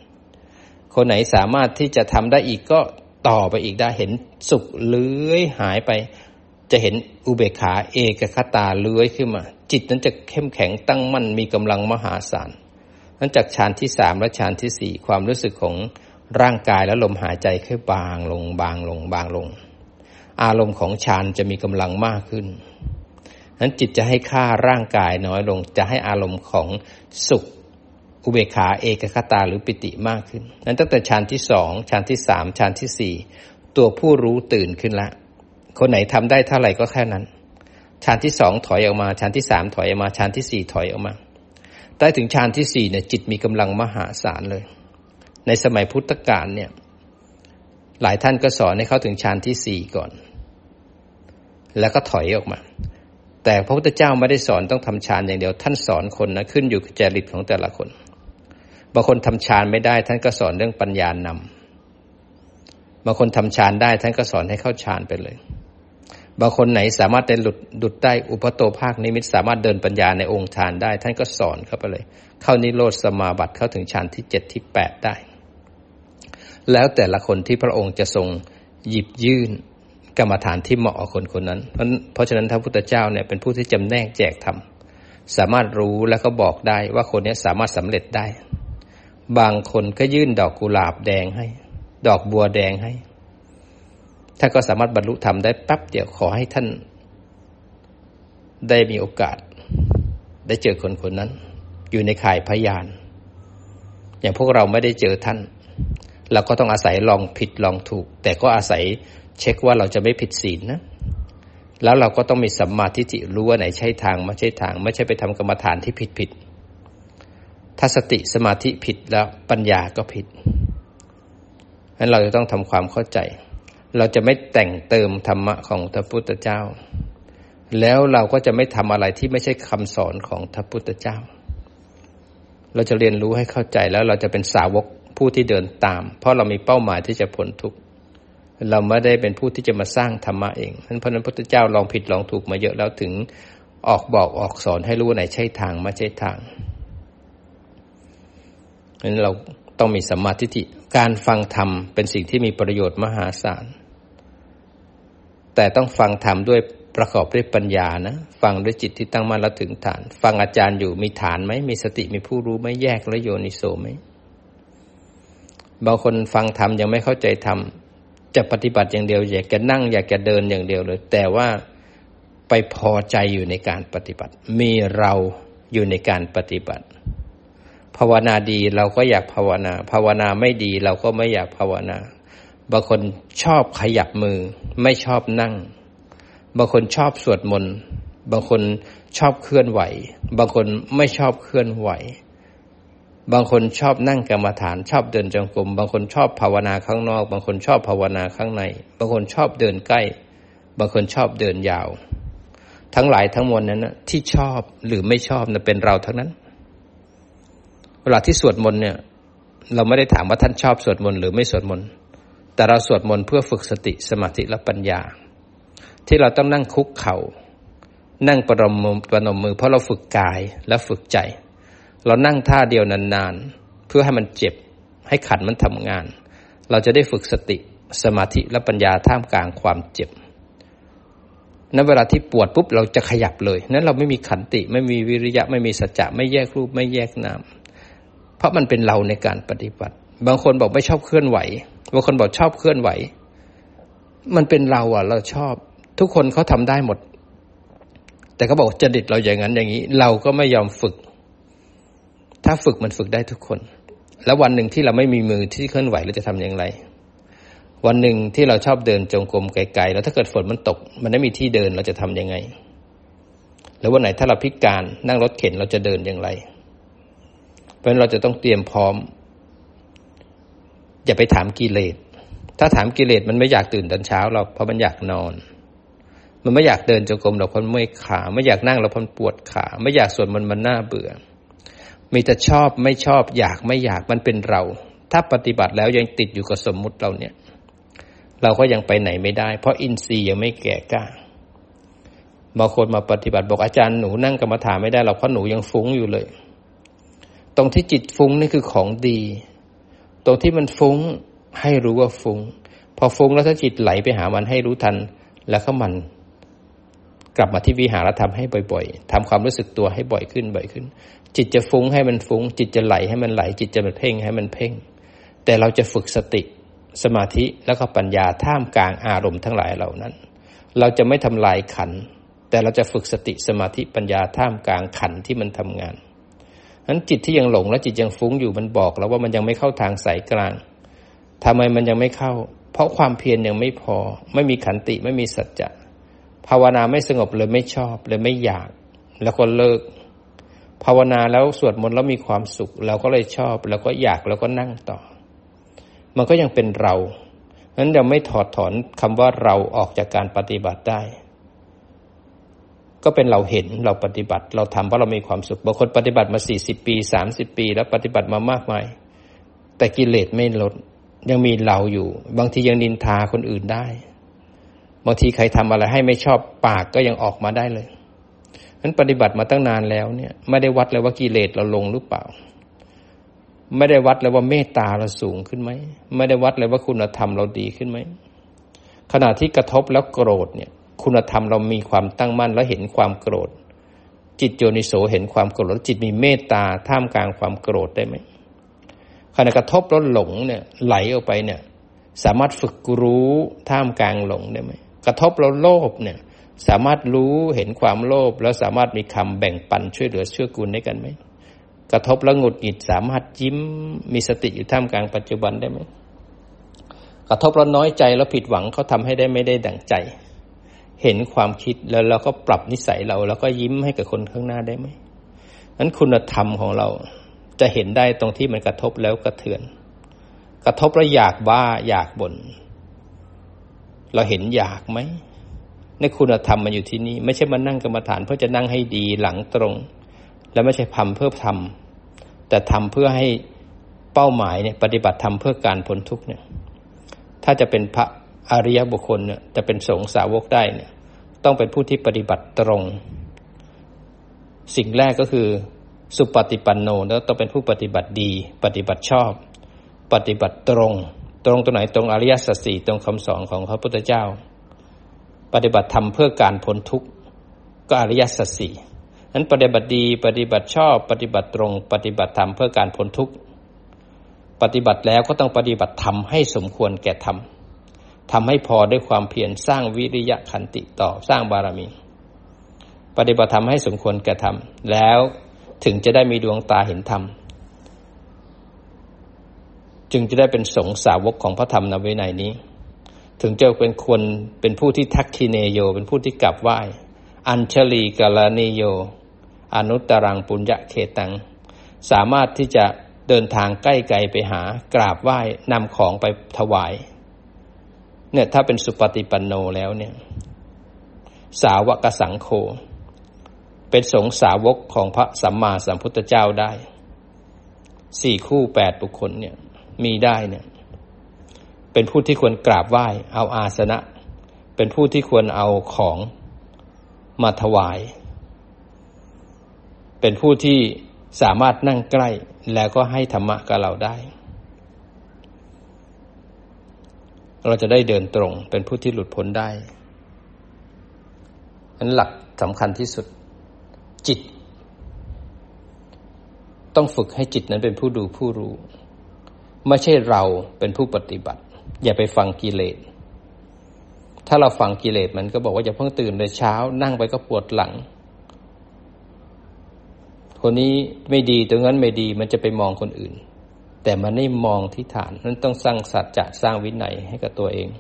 3คนไหนสามารถที่จะทำได้อีกก็ต่อไปอีกได้เห็นสุขเลื้อยหายไปจะเห็นอุเบกขาเอกคตาเลื้อยขึ้นมาจิตนั้นจะเข้มแข็งตั้งมั่นมีกำลังมหาศาลนั้นจากฌานที่3และฌานที่4ความรู้สึกของร่างกายและลมหายใจค่อยบางลงบางลงบางลงอารมณ์ของฌานจะมีกำลังมากขึ้นนั้นจิตจะให้ค่าร่างกายน้อยลงจะให้อารมณ์ของสุขอุเบกขาเอกคตาหรือปิติมากขึ้นนั้นตั้งแต่ฌานที่2ฌานที่3ฌานที่4ตัวผู้รู้ตื่นขึ้นแล้วคนไหนทำได้เท่าไหร่ก็แค่นั้นฌานที่2ถอยออกมาฌานที่3ถอยออกมาฌานที่4ถอยออกมาได้ถึงฌานที่4เนี่ยจิตมีกำลังมหาศาลเลยในสมัยพุทธกาลเนี่ยหลายท่านก็สอนให้เข้าถึงฌานที่4ก่อนแล้วก็ถอยออกมาแต่พระพุทธเจ้าไม่ได้สอนต้องทำฌานอย่างเดียวท่านสอนคนนะขึ้นอยู่กับจริตของแต่ละคนบางคนทำฌานไม่ได้ท่านก็สอนเรื่องปัญญานำบางคนทำฌานได้ท่านก็สอนให้เข้าฌานไปเลยบางคนไหนสามารถได้หลุดได้อุปโตภาคนิมิตสามารถเดินปัญญาในองค์ฌานได้ท่านก็สอนเข้าไปเลยเข้านิโรธสมาบัติเข้าถึงฌานที่7ที่8ได้แล้วแต่ละคนที่พระองค์จะทรงหยิบยื่นกรรมฐานที่เหมาะกับคนคนนั้นเพราะฉะนั้นพระพุทธเจ้าเนี่ยเป็นผู้ที่จำแนกแจกธรรมสามารถรู้แล้วก็บอกได้ว่าคนนี้สามารถสำเร็จได้บางคนก็ยื่นดอกกุหลาบแดงให้ดอกบัวแดงให้ท่านก็สามารถบรรลุธรรมได้ปั๊บเดียวขอให้ท่านได้มีโอกาสได้เจอคนคนนั้นอยู่ในข่ายพยานอย่างพวกเราไม่ได้เจอท่านเราก็ต้องอาศัยลองผิดลองถูกแต่ก็อาศัยเช็คว่าเราจะไม่ผิดศีลนะแล้วเราก็ต้องมีสัมมาทิฏฐิรู้ว่าไหนใช่ทางไม่ใช่ทางไม่ใช่ไปทำกรรมฐานที่ผิดถ้าสติสมาธิผิดแล้วปัญญาก็ผิดงั้นเราจะต้องทำความเข้าใจเราจะไม่แต่งเติมธรรมะของพระพุทธเจ้าแล้วเราก็จะไม่ทำอะไรที่ไม่ใช่คำสอนของพระพุทธเจ้าเราจะเรียนรู้ให้เข้าใจแล้วเราจะเป็นสาวกผู้ที่เดินตามเพราะเรามีเป้าหมายที่จะพ้นทุกข์เราไม่ได้เป็นผู้ที่จะมาสร้างธรรมะเองเพราะฉะนั้นพระพุทธเจ้าลองผิดลองถูกมาเยอะแล้วถึงออกบอกออกสอนให้รู้ว่าไหนใช่ทางไม่ใช่ทางงั้นเราต้องมีสัมมาทิฏฐิการฟังธรรมเป็นสิ่งที่มีประโยชน์มหาศาลแต่ต้องฟังธรรมด้วยประกอบด้วยปัญญานะฟังด้วยจิตที่ตั้งมั่นและถึงฐานฟังอาจารย์อยู่มีฐานไหมมีสติมีผู้รู้ไหมแยกและโยนิโสไหมบางคนฟังธรรมยังไม่เข้าใจธรรมจะปฏิบัติอย่างเดียวอยากจะนั่งอยากจะเดินอย่างเดียวเลยแต่ว่าไปพอใจอยู่ในการปฏิบัติมีเราอยู่ในการปฏิบัติภาวนาดีเราก็อยากภาวนาภาวนาไม่ดีเราก็ไม่อยากภาวนาบางคนชอบขยับมือไม่ชอบนั่งบางคนชอบสวดมนต์บางคนชอบเคลื่อนไหวบางคนไม่ชอบเคลื่อนไหวบางคนชอบนั่งกรรมฐานชอบเดินจงกรมบางคนชอบภาวนาข้างนอกบางคนชอบภาวนาข้างในบางคนชอบเดินใกล้บางคนชอบเดินยาวทั้งหลายทั้งมวลนั้นนะที่ชอบหรือไม่ชอบนะเป็นเราทั้งนั้นเวลาที่สวดมนต์เนี่ยเราไม่ได้ถามว่าท่านชอบสวดมนต์หรือไม่สวดมนต์แต่เราสวดมนต์เพื่อฝึกสติสมาธิและปัญญาที่เราต้องนั่งคุกเข่านั่งประนมมือเพราะเราฝึกกายและฝึกใจเรานั่งท่าเดียวนานๆเพื่อให้มันเจ็บให้ขันมันทำงานเราจะได้ฝึกสติสมาธิและปัญญาท่ามกลางความเจ็บนั้นเวลาที่ปวดปุ๊บเราจะขยับเลยนั้นเราไม่มีขันติไม่มีวิริยะไม่มีสัจจะไม่แยกรูปไม่แยกนามเพราะมันเป็นเราในการปฏิบัติบางคนบอกไม่ชอบเคลื่อนไหวบางคนบอกชอบเคลื่อนไหวมันเป็นเราอ่ะเราชอบทุกคนเขาทำได้หมดแต่เขาบอกจริตเราอย่างนั้นอย่างนี้เราก็ไม่ยอมฝึกถ้าฝึกมันฝึกได้ทุกคนแล้ววันหนึ่งที่เราไม่มีมือที่เคลื่อนไหวเราจะทำอย่างไรวันหนึ่งที่เราชอบเดินจงกรมไกลๆแล้วถ้าเกิดฝนมันตกมันไม่มีที่เดินเราจะทำยังไงแล้ววันไหนถ้าเราพิการนั่งรถเข็นเราจะเดินอย่างไรเพราะฉะนั้นเราจะต้องเตรียมพร้อมอย่าไปถามกิเลสถ้าถามกิเลสมันไม่อยากตื่นตอนเช้าหรอกเพราะมันอยากนอนมันไม่อยากเดินจงกรมหรอกเพราะเมื่อยขาไม่อยากนั่งหรอกเพราะปวดขาไม่อยากสวดมันน่าเบื่อมีแต่ชอบไม่ชอบอยากไม่อยากมันเป็นเราถ้าปฏิบัติแล้วยังติดอยู่กับสมมุติเราเนี่ยเราก็ยังไปไหนไม่ได้เพราะอินทรีย์ยังไม่แก่กล้าบางคนมาปฏิบัติบอกอาจารย์หนูนั่งกรรมฐานไม่ได้หรอกเพราะหนูยังฟุ้งอยู่เลยตรงที่จิตฟุ้งนี่คือของดีตรงที่มันฟุ้งให้รู้ว่าฟุ้งพอฟุ้งแล้วถ้าจิตไหลไปหามันให้รู้ทันแล้วก็มันกลับมาที่วิหารธรรมให้บ่อยๆทำความรู้สึกตัวให้บ่อยขึ้นจิตจะฟุ้งให้มันฟุ้งจิตจะไหลให้มันไหลจิตจะเพ่งให้มันเพ่งแต่เราจะฝึกสติสมาธิแล้วก็ปัญญาท่ามกลางอารมณ์ทั้งหลายเหล่านั้นเราจะไม่ทำลายขันธ์แต่เราจะฝึกสติสมาธิปัญญาท่ามกลางขันธ์ที่มันทำงานนั้นจิตที่ยังหลงและจิตยังฟุ้งอยู่มันบอกแล้วว่ามันยังไม่เข้าทางสายกลางทำไมมันยังไม่เข้าเพราะความเพียรยังไม่พอไม่มีขันติไม่มีสัจจะภาวนาไม่สงบเลยไม่ชอบเลยไม่อยากแล้วก็เลิกภาวนาแล้วสวดมนต์แล้วมีความสุขเราก็เลยชอบแล้วก็อยากแล้วก็นั่งต่อมันก็ยังเป็นเรานั้นเราไม่ถอดถอนคำว่าเราออกจากการปฏิบัติได้ก็เป็นเราเห็นเราปฏิบัติเราทำเพราะเรามีความสุขบางคนปฏิบัติมา40ปี30ปีแล้วปฏิบัติมามากมายแต่กิเลสไม่ลดยังมีเราอยู่บางทียังนินทาคนอื่นได้บางทีใครทำอะไรให้ไม่ชอบปากก็ยังออกมาได้เลยนั้นปฏิบัติมาตั้งนานแล้วเนี่ยไม่ได้วัดเลยว่ากิเลสเราลงหรือเปล่าไม่ได้วัดเลยว่าเมตตาเราสูงขึ้นไหมไม่ได้วัดเลยว่าคุณธรรมเราดีขึ้นไหมขณะที่กระทบแล้วโกรธเนี่ยคุณธรรมเรามีความตั้งมั่นแล้วเห็นความโกรธจิตโยนิโสเห็นความโกรธจิตมีเมตตาท่ามกลางความโกรธได้ไหมขณะกระทบแล้วหลงเนี่ยไหลออกไปเนี่ยสามารถฝึกรู้ท่ามกลางหลงได้ไหมกระทบแล้วโลภเนี่ยสามารถรู้เห็นความโลภแล้วสามารถมีคำแบ่งปันช่วยเหลือเชื่อกูลได้กันไหมกระทบแล้วหงุดหงิดสามารถยิ้มมีสติอยู่ท่ามกลางปัจจุบันได้ไหมกระทบแล้วน้อยใจแล้วผิดหวังเขาทำให้ได้ไม่ได้ดั่งใจเห็นความคิดแล้วเราก็ปรับนิสัยเราแล้วก็ยิ้มให้กับคนข้างหน้าได้ไหมนั้นคุณธรรมของเราจะเห็นได้ตรงที่มันกระทบแล้วกระเทือนกระทบแล้วอยากบ้าอยากบ่นเราเห็นอยากไหมในคุณธรรมมันอยู่ที่นี่ไม่ใช่มานั่งกรรมฐานเพื่อจะนั่งให้ดีหลังตรงและไม่ใช่ทำเพื่อทำแต่ทำเพื่อให้เป้าหมายเนี่ยปฏิบัติธรรมเพื่อการพ้นทุกข์เนี่ยถ้าจะเป็นพระอริยบุคคลเนี่ยจะเป็นสงฆ์สาวกได้เนี่ยต้องเป็นผู้ที่ปฏิบัติตรงสิ่งแรกก็คือสุปฏิปันโนแล้วต้องเป็นผู้ปฏิบัติดีปฏิบัติชอบปฏิบัติตรงตรงไหนตรงอริยสัจสี่ตรงคำสอนของพระพุทธเจ้าปฏิบัติธรรมเพื่อการพ้นทุกข์ก็อริยสัจสี่นั้นปฏิบัติดีปฏิบัติชอบปฏิบัติตรงปฏิบัติธรรมเพื่อการพ้นทุกข์ปฏิบัติแล้วก็ต้องปฏิบัติธรรมให้สมควรแก่ธรรมทำให้พอด้วยความเพียรสร้างวิริยะขันติต่อสร้างบารมีปฏิบัติธรรมให้สมควรแก่ธรรมแล้วถึงจะได้มีดวงตาเห็นธรรมจึงจะได้เป็นสงฆ์สาวกของพระธรรมนวินัยนี้ถึงจะเป็นคนเป็นผู้ที่ทักขิเนโยเป็นผู้ที่กราบไหว้อัญชลีกาลเนโยอนุตตรังปุญญเขตังสามารถที่จะเดินทางใกล้ไกลไปหากราบไหว้นำของไปถวายเนี่ยถ้าเป็นสุปฏิปันโนแล้วเนี่ยสาวกสังโฆเป็นสงฆ์สาวกของพระสัมมาสัมพุทธเจ้าได้4คู่8บุคคลเนี่ยมีได้เนี่ยเป็นผู้ที่ควรกราบไหว้เอาอาสนะเป็นผู้ที่ควรเอาของมาถวายเป็นผู้ที่สามารถนั่งใกล้แล้วก็ให้ธรรมะกับเราได้เราจะได้เดินตรงเป็นผู้ที่หลุดพ้นได้อันหลักสำคัญที่สุดจิตต้องฝึกให้จิตนั้นเป็นผู้ดูผู้รู้ไม่ใช่เราเป็นผู้ปฏิบัติอย่าไปฟังกิเลสถ้าเราฟังกิเลสมันก็บอกว่าอย่าเพิ่งตื่นเลยเช้านั่งไปก็ปวดหลังคนนี้ไม่ดีตรงนั้นไม่ดีมันจะไปมองคนอื่นแต่มันไม่มองที่ฐานนั้นต้องสร้างสัจจะสร้างวินัยให้กับตัวเอง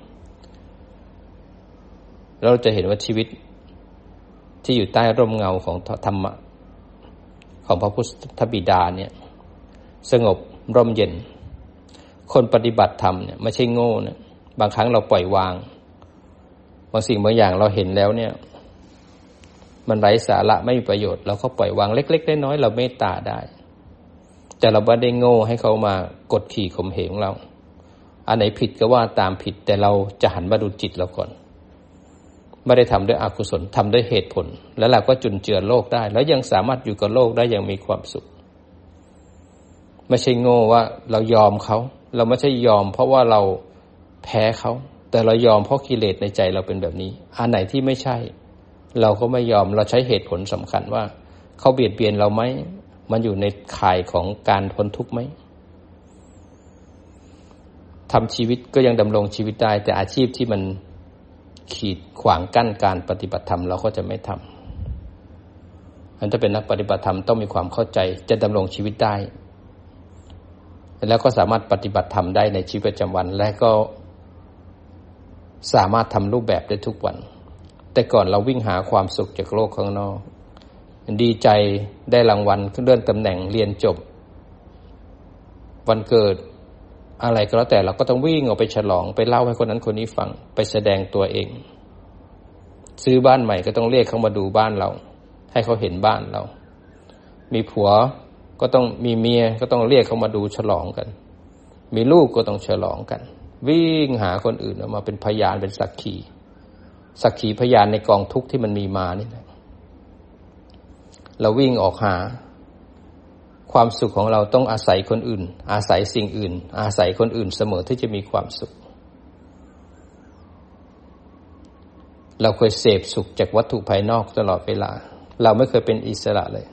เราจะเห็นว่าชีวิตที่อยู่ใต้ร่มเงาของธรรมะของพระพุทธบิดาเนี่ยสงบร่มเย็นคนปฏิบัติธรรมเนี่ยไม่ใช่โง่นะบางครั้งเราปล่อยวางบางสิ่งบางอย่างเราเห็นแล้วเนี่ยมันไร้สาระไม่มีประโยชน์เราก็ปล่อยวางเล็กๆน้อยๆเราเมตตาได้แต่เราไม่ได้โง่ให้เขามากดขี่ข่มเหงเราอันไหนผิดก็ว่าตามผิดแต่เราจะหันมาดูจิตเราก่อนไม่ได้ทำด้วยอกุศลทำด้วยเหตุผลแล้วเราก็จุนเจือโลกได้แล้วยังสามารถอยู่กับโลกได้อย่างมีความสุขไม่ใช่โง่ว่าเรายอมเขาเราไม่ใช่ยอมเพราะว่าเราแพ้เขาแต่เรายอมเพราะกิเลสในใจเราเป็นแบบนี้อันไหนที่ไม่ใช่เราก็ไม่ยอมเราใช้เหตุผลสำคัญว่าเขาเบียดเบียนเราไหมมันอยู่ในข่ายของการพ้นทุกข์ไหมทำชีวิตก็ยังดำรงชีวิตได้แต่อาชีพที่มันขีดขวางกั้นการปฏิบัติธรรมเราก็จะไม่ทำถ้าเป็นนักปฏิบัติธรรมต้องมีความเข้าใจจะดำรงชีวิตได้แล้วก็สามารถปฏิบัติธรรมได้ในชีวิตประจำวันและก็สามารถทำรูปแบบได้ทุกวันแต่ก่อนเราวิ่งหาความสุขจากโลกข้างนอกดีใจได้รางวัลเลื่อนตำแหน่งเรียนจบวันเกิดอะไรก็แล้วแต่เราก็ต้องวิ่งออกไปฉลองไปเล่าให้คนนั้นคนนี้ฟังไปแสดงตัวเองซื้อบ้านใหม่ก็ต้องเรียกเขามาดูบ้านเราให้เขาเห็นบ้านเรามีผัวก็ต้องมีเมียก็ต้องเรียกเขามาดูฉลองกันมีลูกก็ต้องฉลองกันวิ่งหาคนอื่นออกมาเป็นพยานเป็นสักขีพยานในกองทุกข์ที่มันมีมานี่นะเราวิ่งออกหาความสุขของเราต้องอาศัยคนอื่นอาศัยสิ่งอื่นอาศัยคนอื่นเสมอที่จะมีความสุขเราเคยเสพสุขจากวัตถุภายนอกตลอดเวลาเราไม่เคยเป็นอิสระเลย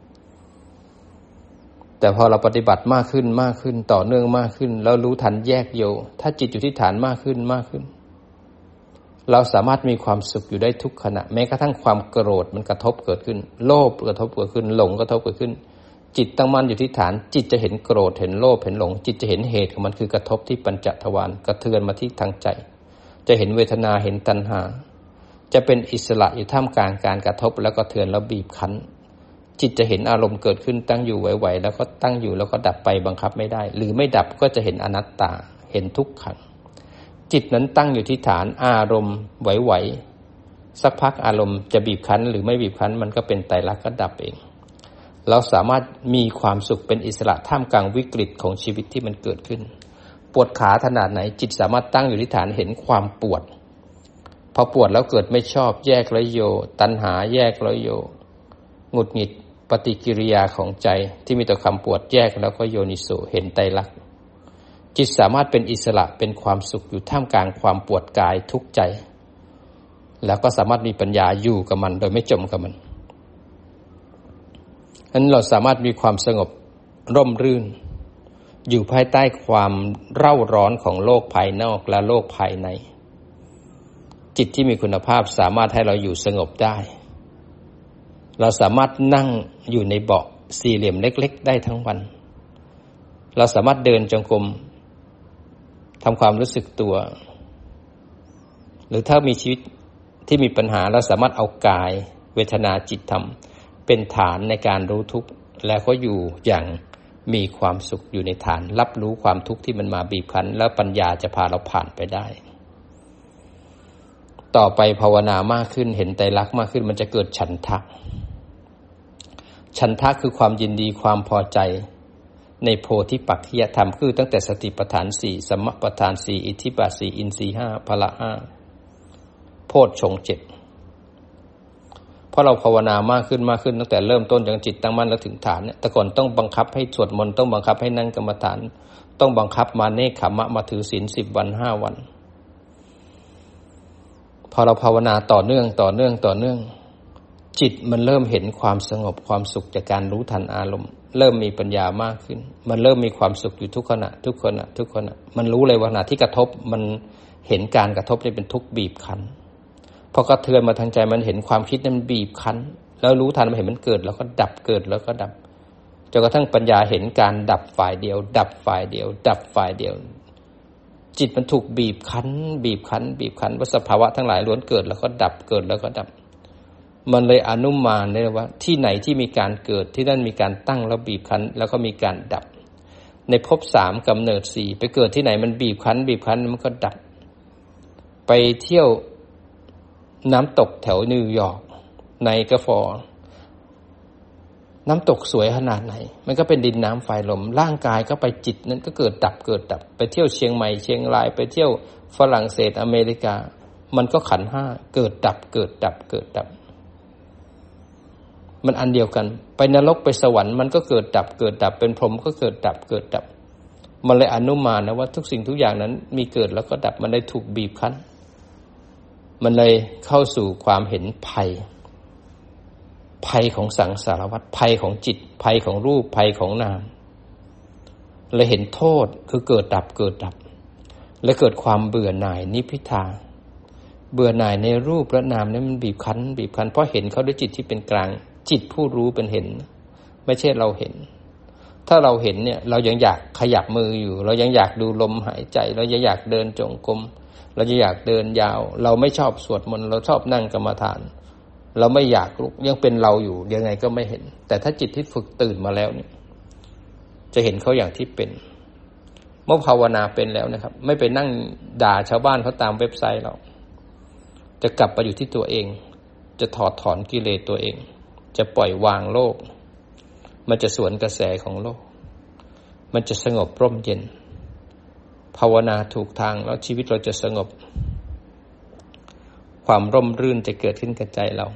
แต่พอเราปฏิบัติมากขึ้นต่อเนื่องมากขึ้นแล้วรู้ทันแยกโยถ้าจิตอยู่ที่ฐานมากขึ้นเราสามารถมีความสุขอยู่ได้ทุกขณะแม้กระทั่งความโกรธมันกระทบเกิดขึ้นโลภกระทบเกิดขึ้นหลงกระทบเกิดขึ้นจิตตั้งมั่นอยู่ที่ฐานจิตจะเห็นโกรธเห็นโลภเห็นหลงจิตจะเห็นเหตุของมันคือกระทบที่ปัญจทวารกระเทือนมาที่ทางใจจะเห็นเวทนาเห็นตัณหาจะเป็นอิสระอยู่ท่ามกลางการกระทบแล้วก็เทือนแล้วบีบคั้นจิตจะเห็นอารมณ์เกิดขึ้นตั้งอยู่ไหวๆแล้วก็ตั้งอยู่แล้วก็ดับไปบังคับไม่ได้หรือไม่ดับก็จะเห็นอนัตตาเห็นทุกขังจิตนั้นตั้งอยู่ที่ฐานอารมณ์ไหวๆสักพักอารมณ์จะบีบคั้นหรือไม่บีบคั้นมันก็เป็นไตรลักษณ์ก็ดับเองเราสามารถมีความสุขเป็นอิสระท่ามกลางวิกฤตของชีวิตที่มันเกิดขึ้นปวดขาขนาดไหนจิตสามารถตั้งอยู่ที่ฐานเห็นความปวดพอปวดแล้วเกิดไม่ชอบแยกแล้วโยตัณหาแยกแล้วโยหงุดหงิดปฏิกิริยาของใจที่มีต่อความปวดแยกแล้วก็โยนิโสเห็นไตรลักษณ์จิตสามารถเป็นอิสระเป็นความสุขอยู่ท่ามกลางความปวดกายทุกข์ใจแล้วก็สามารถมีปัญญาอยู่กับมันโดยไม่จมกับมันฉะนั้นเราสามารถมีความสงบร่มรื่นอยู่ภายใต้ความเร่าร้อนของโลกภายนอกและโลกภายในจิตที่มีคุณภาพสามารถให้เราอยู่สงบได้เราสามารถนั่งอยู่ในเบาะสี่เหลี่ยมเล็กๆได้ทั้งวันเราสามารถเดินจงกรมทำความรู้สึกตัวหรือถ้ามีชีวิตที่มีปัญหาเราสามารถเอากายเวทนาจิตธรรมเป็นฐานในการรู้ทุกข์แล้วก็อยู่อย่างมีความสุขอยู่ในฐานรับรู้ความทุกข์ที่มันมาบีบคั้นแล้วปัญญาจะพาเราผ่านไปได้ต่อไปภาวนามากขึ้นเห็นไตรลักษณ์มากขึ้นมันจะเกิดฉันทะฉันทะคือความยินดีความพอใจในโพธิปักขิยธรรมคือตั้งแต่สติปัฏฐาน4สัมมาปัฏฐาน4อิทธิบาท4อินทรีย์5พละ5โพชฌงค์7เพราะเราภาวนามากขึ้นตั้งแต่เริ่มต้นจนจิตตั้งมั่นแล้วถึงฐานเนี่ยแต่ก่อนต้องบังคับให้สวดมนต์ต้องบังคับให้นั่งกรรมฐานต้องบังคับมาเนกขมะมาถือศีล10วัน5วันพอเราภาวนาต่อเนื่องจิตมันเริ่มเห็นความสงบความสุขจากการรู้ทันอารมณ์เริ่มมีปัญญามากขึ้นมันเริ่มมีความสุขอยู่ทุกขณะมันรู้เลยว่าขณะที่กระทบมันเห็นการกระทบนี่เป็นทุกข์บีบคั้นพอกระเทือนมาทางใจมันเห็นความคิดนั้นบีบคั้นแล้วรู้ทันมันเห็นมันเกิดแล้วก็ดับเกิดแล้วก็ดับจนกระทั่งปัญญาเห็นการดับฝ่ายเดียวดับฝ่ายเดียวดับฝ่ายเดียวจิตมันถูกบีบคั้นว่าสภาวะทั้งหลายล้วนเกิดแล้วก็ดับเกิดแล้วก็ดับมันเลยอนุมานได้ว่าที่ไหนที่มีการเกิดที่นั่นมีการตั้งแล้วบีบคั้นแล้วก็มีการดับในภพ3กำเนิด4ไปเกิดที่ไหนมันบีบคั้นมันก็ดับไปเที่ยวน้ำตกแถวนิวยอร์กไนแกฟอร์น้ำตกสวยขนาดไหนมันก็เป็นดินน้ำไฟลมร่างกายก็ไปจิตนั้นก็เกิดดับไปเที่ยวเชียงใหม่เชียงรายไปเที่ยวฝรั่งเศสอเมริกามันก็ขันธ์5เกิดดับมันอันเดียวกันไปนรกไปสวรรค์มันก็เกิดดับเป็นพรหมก็เกิดดับมันเลยอนุมานนะว่าทุกสิ่งทุกอย่างนั้นมีเกิดแล้วก็ดับมันเลยถูกบีบคั้นมันเลยเข้าสู่ความเห็นภัยของสังสารวัฏภัยของจิตภัยของรูปภัยของนามเลยเห็นโทษคือเกิดดับและเกิดความเบื่อหน่ายนิพพิทาเบื่อหน่ายในรูปและนามนั้นมันบีบคั้นเพราะเห็นเขาด้วยจิตที่เป็นกลางจิตผู้รู้เป็นเห็นไม่ใช่เราเห็นถ้าเราเห็นเนี่ยเรายังอยากขยับมืออยู่เรายังอยากดูลมหายใจเรายังอยากเดินจงกรมเราจะอยากเดินยาวเราไม่ชอบสวดมนต์เราชอบนั่งกรรมฐานเราไม่อยากลุกยังเป็นเราอยู่ยังไงก็ไม่เห็นแต่ถ้าจิตที่ฝึกตื่นมาแล้วเนี่ยจะเห็นเขาอย่างที่เป็นเมื่อภาวนาเป็นแล้วนะครับไม่ไปนั่งด่าชาวบ้านเขาตามเว็บไซต์เราจะกลับไปอยู่ที่ตัวเองจะถอดถอนกิเลสตัวเองจะปล่อยวางโลกมันจะสวนกระแสของโลกมันจะสงบร่มเย็นภาวนาถูกทางแล้วชีวิตเราจะสงบความร่มรื่นจะเกิดขึ้นกับใจเรา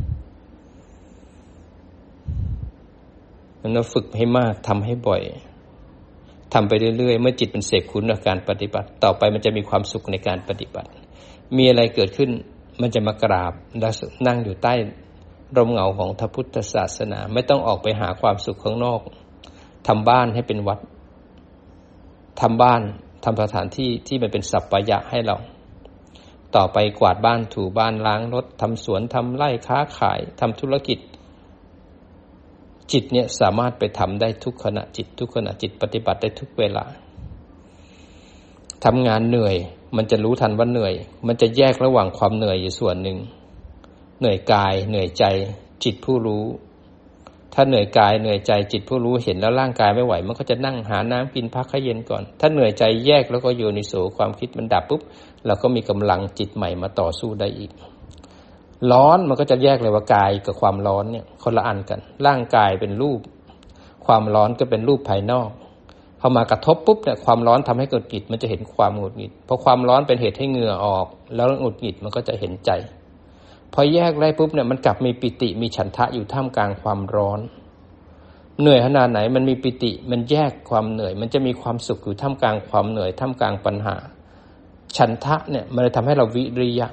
เราฝึกให้มากทำให้บ่อยทำไปเรื่อยๆเมื่อจิตมันเสพคุณกับการปฏิบัติต่อไปมันจะมีความสุขในการปฏิบัติมีอะไรเกิดขึ้นมันจะมากราบและนั่งอยู่ใต้ร่มเงาของพระพุทธศาสนาไม่ต้องออกไปหาความสุขข้างนอกทำบ้านให้เป็นวัดทำบ้านทำสถานที่ที่มันเป็นสัปปายะให้เราต่อไปกวาดบ้านถูบ้านล้างรถทำสวนทำไร่ค้าขายทำธุรกิจจิตเนี่ยสามารถไปทำได้ทุกขณะจิตปฏิบัติได้ทุกเวลาทำงานเหนื่อยมันจะรู้ทันว่าเหนื่อยมันจะแยกระหว่างความเหนื่อยอยู่ส่วนหนึ่งเหนื่อยกายเหนื่อยใจจิตผู้รู้ถ้าเหนื่อยกายเหนื่อยใจจิตผู้รู้เห็นแล้วร่างกายไม่ไหวมันก็จะนั่งหาน้ำกินพักให้เย็นก่อนถ้าเหนื่อยใจแยกแล้วก็โยนิโสความคิดมันดับปุ๊บเราก็มีกำลังจิตใหม่มาต่อสู้ได้อีกร้อนมันก็จะแยกเลยว่ากายกับความร้อนเนี่ยคนละอันกันร่างกายเป็นรูปความร้อนก็เป็นรูปภายนอกพอมากระทบปุ๊บเนี่ยความร้อนทำให้เกิดหงุดหงิดมันจะเห็นความหงุดหงิดพอความร้อนเป็นเหตุให้เหงื่อออกแล้วหงุดหงิดมันก็จะเห็นใจพอแยกได้ปุ๊บเนี่ยมันกลับมีปิติมีฉันทะอยู่ท่ามกลางความร้อนเหนื่อยขนาดไหนมันมีปิติมันแยกความเหนื่อยมันจะมีความสุขอยู่ท่ามกลางความเหนื่อยท่ามกลางปัญหาฉันทะเนี่ยมันจะทำให้เราวิริยะ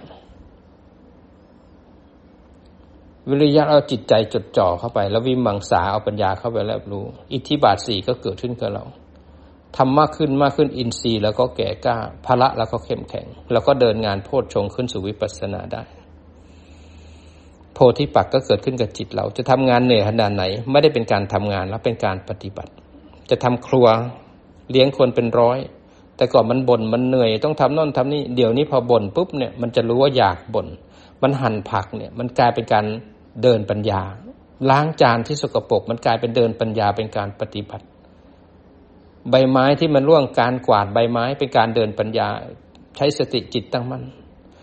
เอาจิตใจจดจ่อเข้าไปแล้ววิมังสาเอาปัญญาเข้าไปแล้วรู้อิทธิบาท4ก็เกิดขึ้นกับเราทำมากขึ้นอินทรีย์แล้วก็แก่กล้าพละแล้วก็เข้มแข็งแล้วก็เดินงานโพชฌงค์ขึ้นสู่วิปัสสนาได้โพธิปักษ์ก็เกิดขึ้นกับจิตเราจะทำงานเหนื่อยขนาดไหนไม่ได้เป็นการทำงานแล้วเป็นการปฏิบัติจะทำครัวเลี้ยงคนเป็นร้อยแต่ก่อนมันบ่นมันเหนื่อยต้องทำโน่นทำนี่เดี๋ยวนี้พอบ่นปุ๊บเนี่ยมันจะรู้ว่าอยากบ่นมันหั่นผักเนี่ยมันกลายเป็นการเดินปัญญาล้างจานที่สกปรกมันกลายเป็นเดินปัญญาเป็นการปฏิบัติใบไม้ที่มันร่วงการกวาดใบไม้เป็นการเดินปัญญาใช้สติจิตตั้งมั่น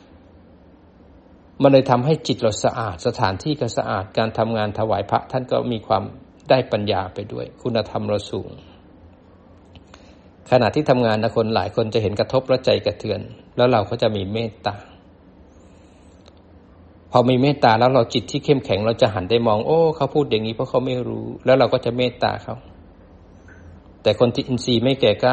มันเลยทำให้จิตเราสะอาดสถานที่ก็สะอาดการทำงานถวายพระท่านก็มีความได้ปัญญาไปด้วยคุณธรรมเราสูงขณะที่ทำงานนะคนหลายคนจะเห็นกระทบแล้วใจกระเทือนแล้วเราก็จะมีเมตตาพอมีเมตตาแล้วเราจิตที่เข้มแข็งเราจะหันได้มองโอ้เขาพูดอย่างนี้เพราะเขาไม่รู้แล้วเราก็จะเมตตาเขาแต่คนที่อินทรีย์ไม่แก่กล้า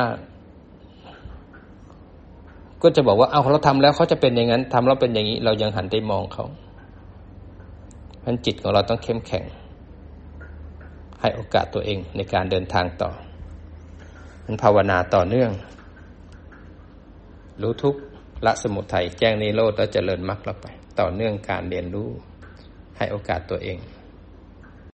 ก็จะบอกว่าเอาเราทำแล้วเขาจะเป็นอย่างนั้นทำแล้วเป็นอย่างนี้เรายังหันได้มองเขาเพราะจิตของเราต้องเข้มแข็งให้โอกาสตัวเองในการเดินทางต่อมันภาวนาต่อเนื่องรู้ทุกข์ละสมุทัยแจ้งนิโรธแล้วเจริญมรรคแล้วไปต่อเนื่องการเรียนรู้ให้โอกาสตัวเอง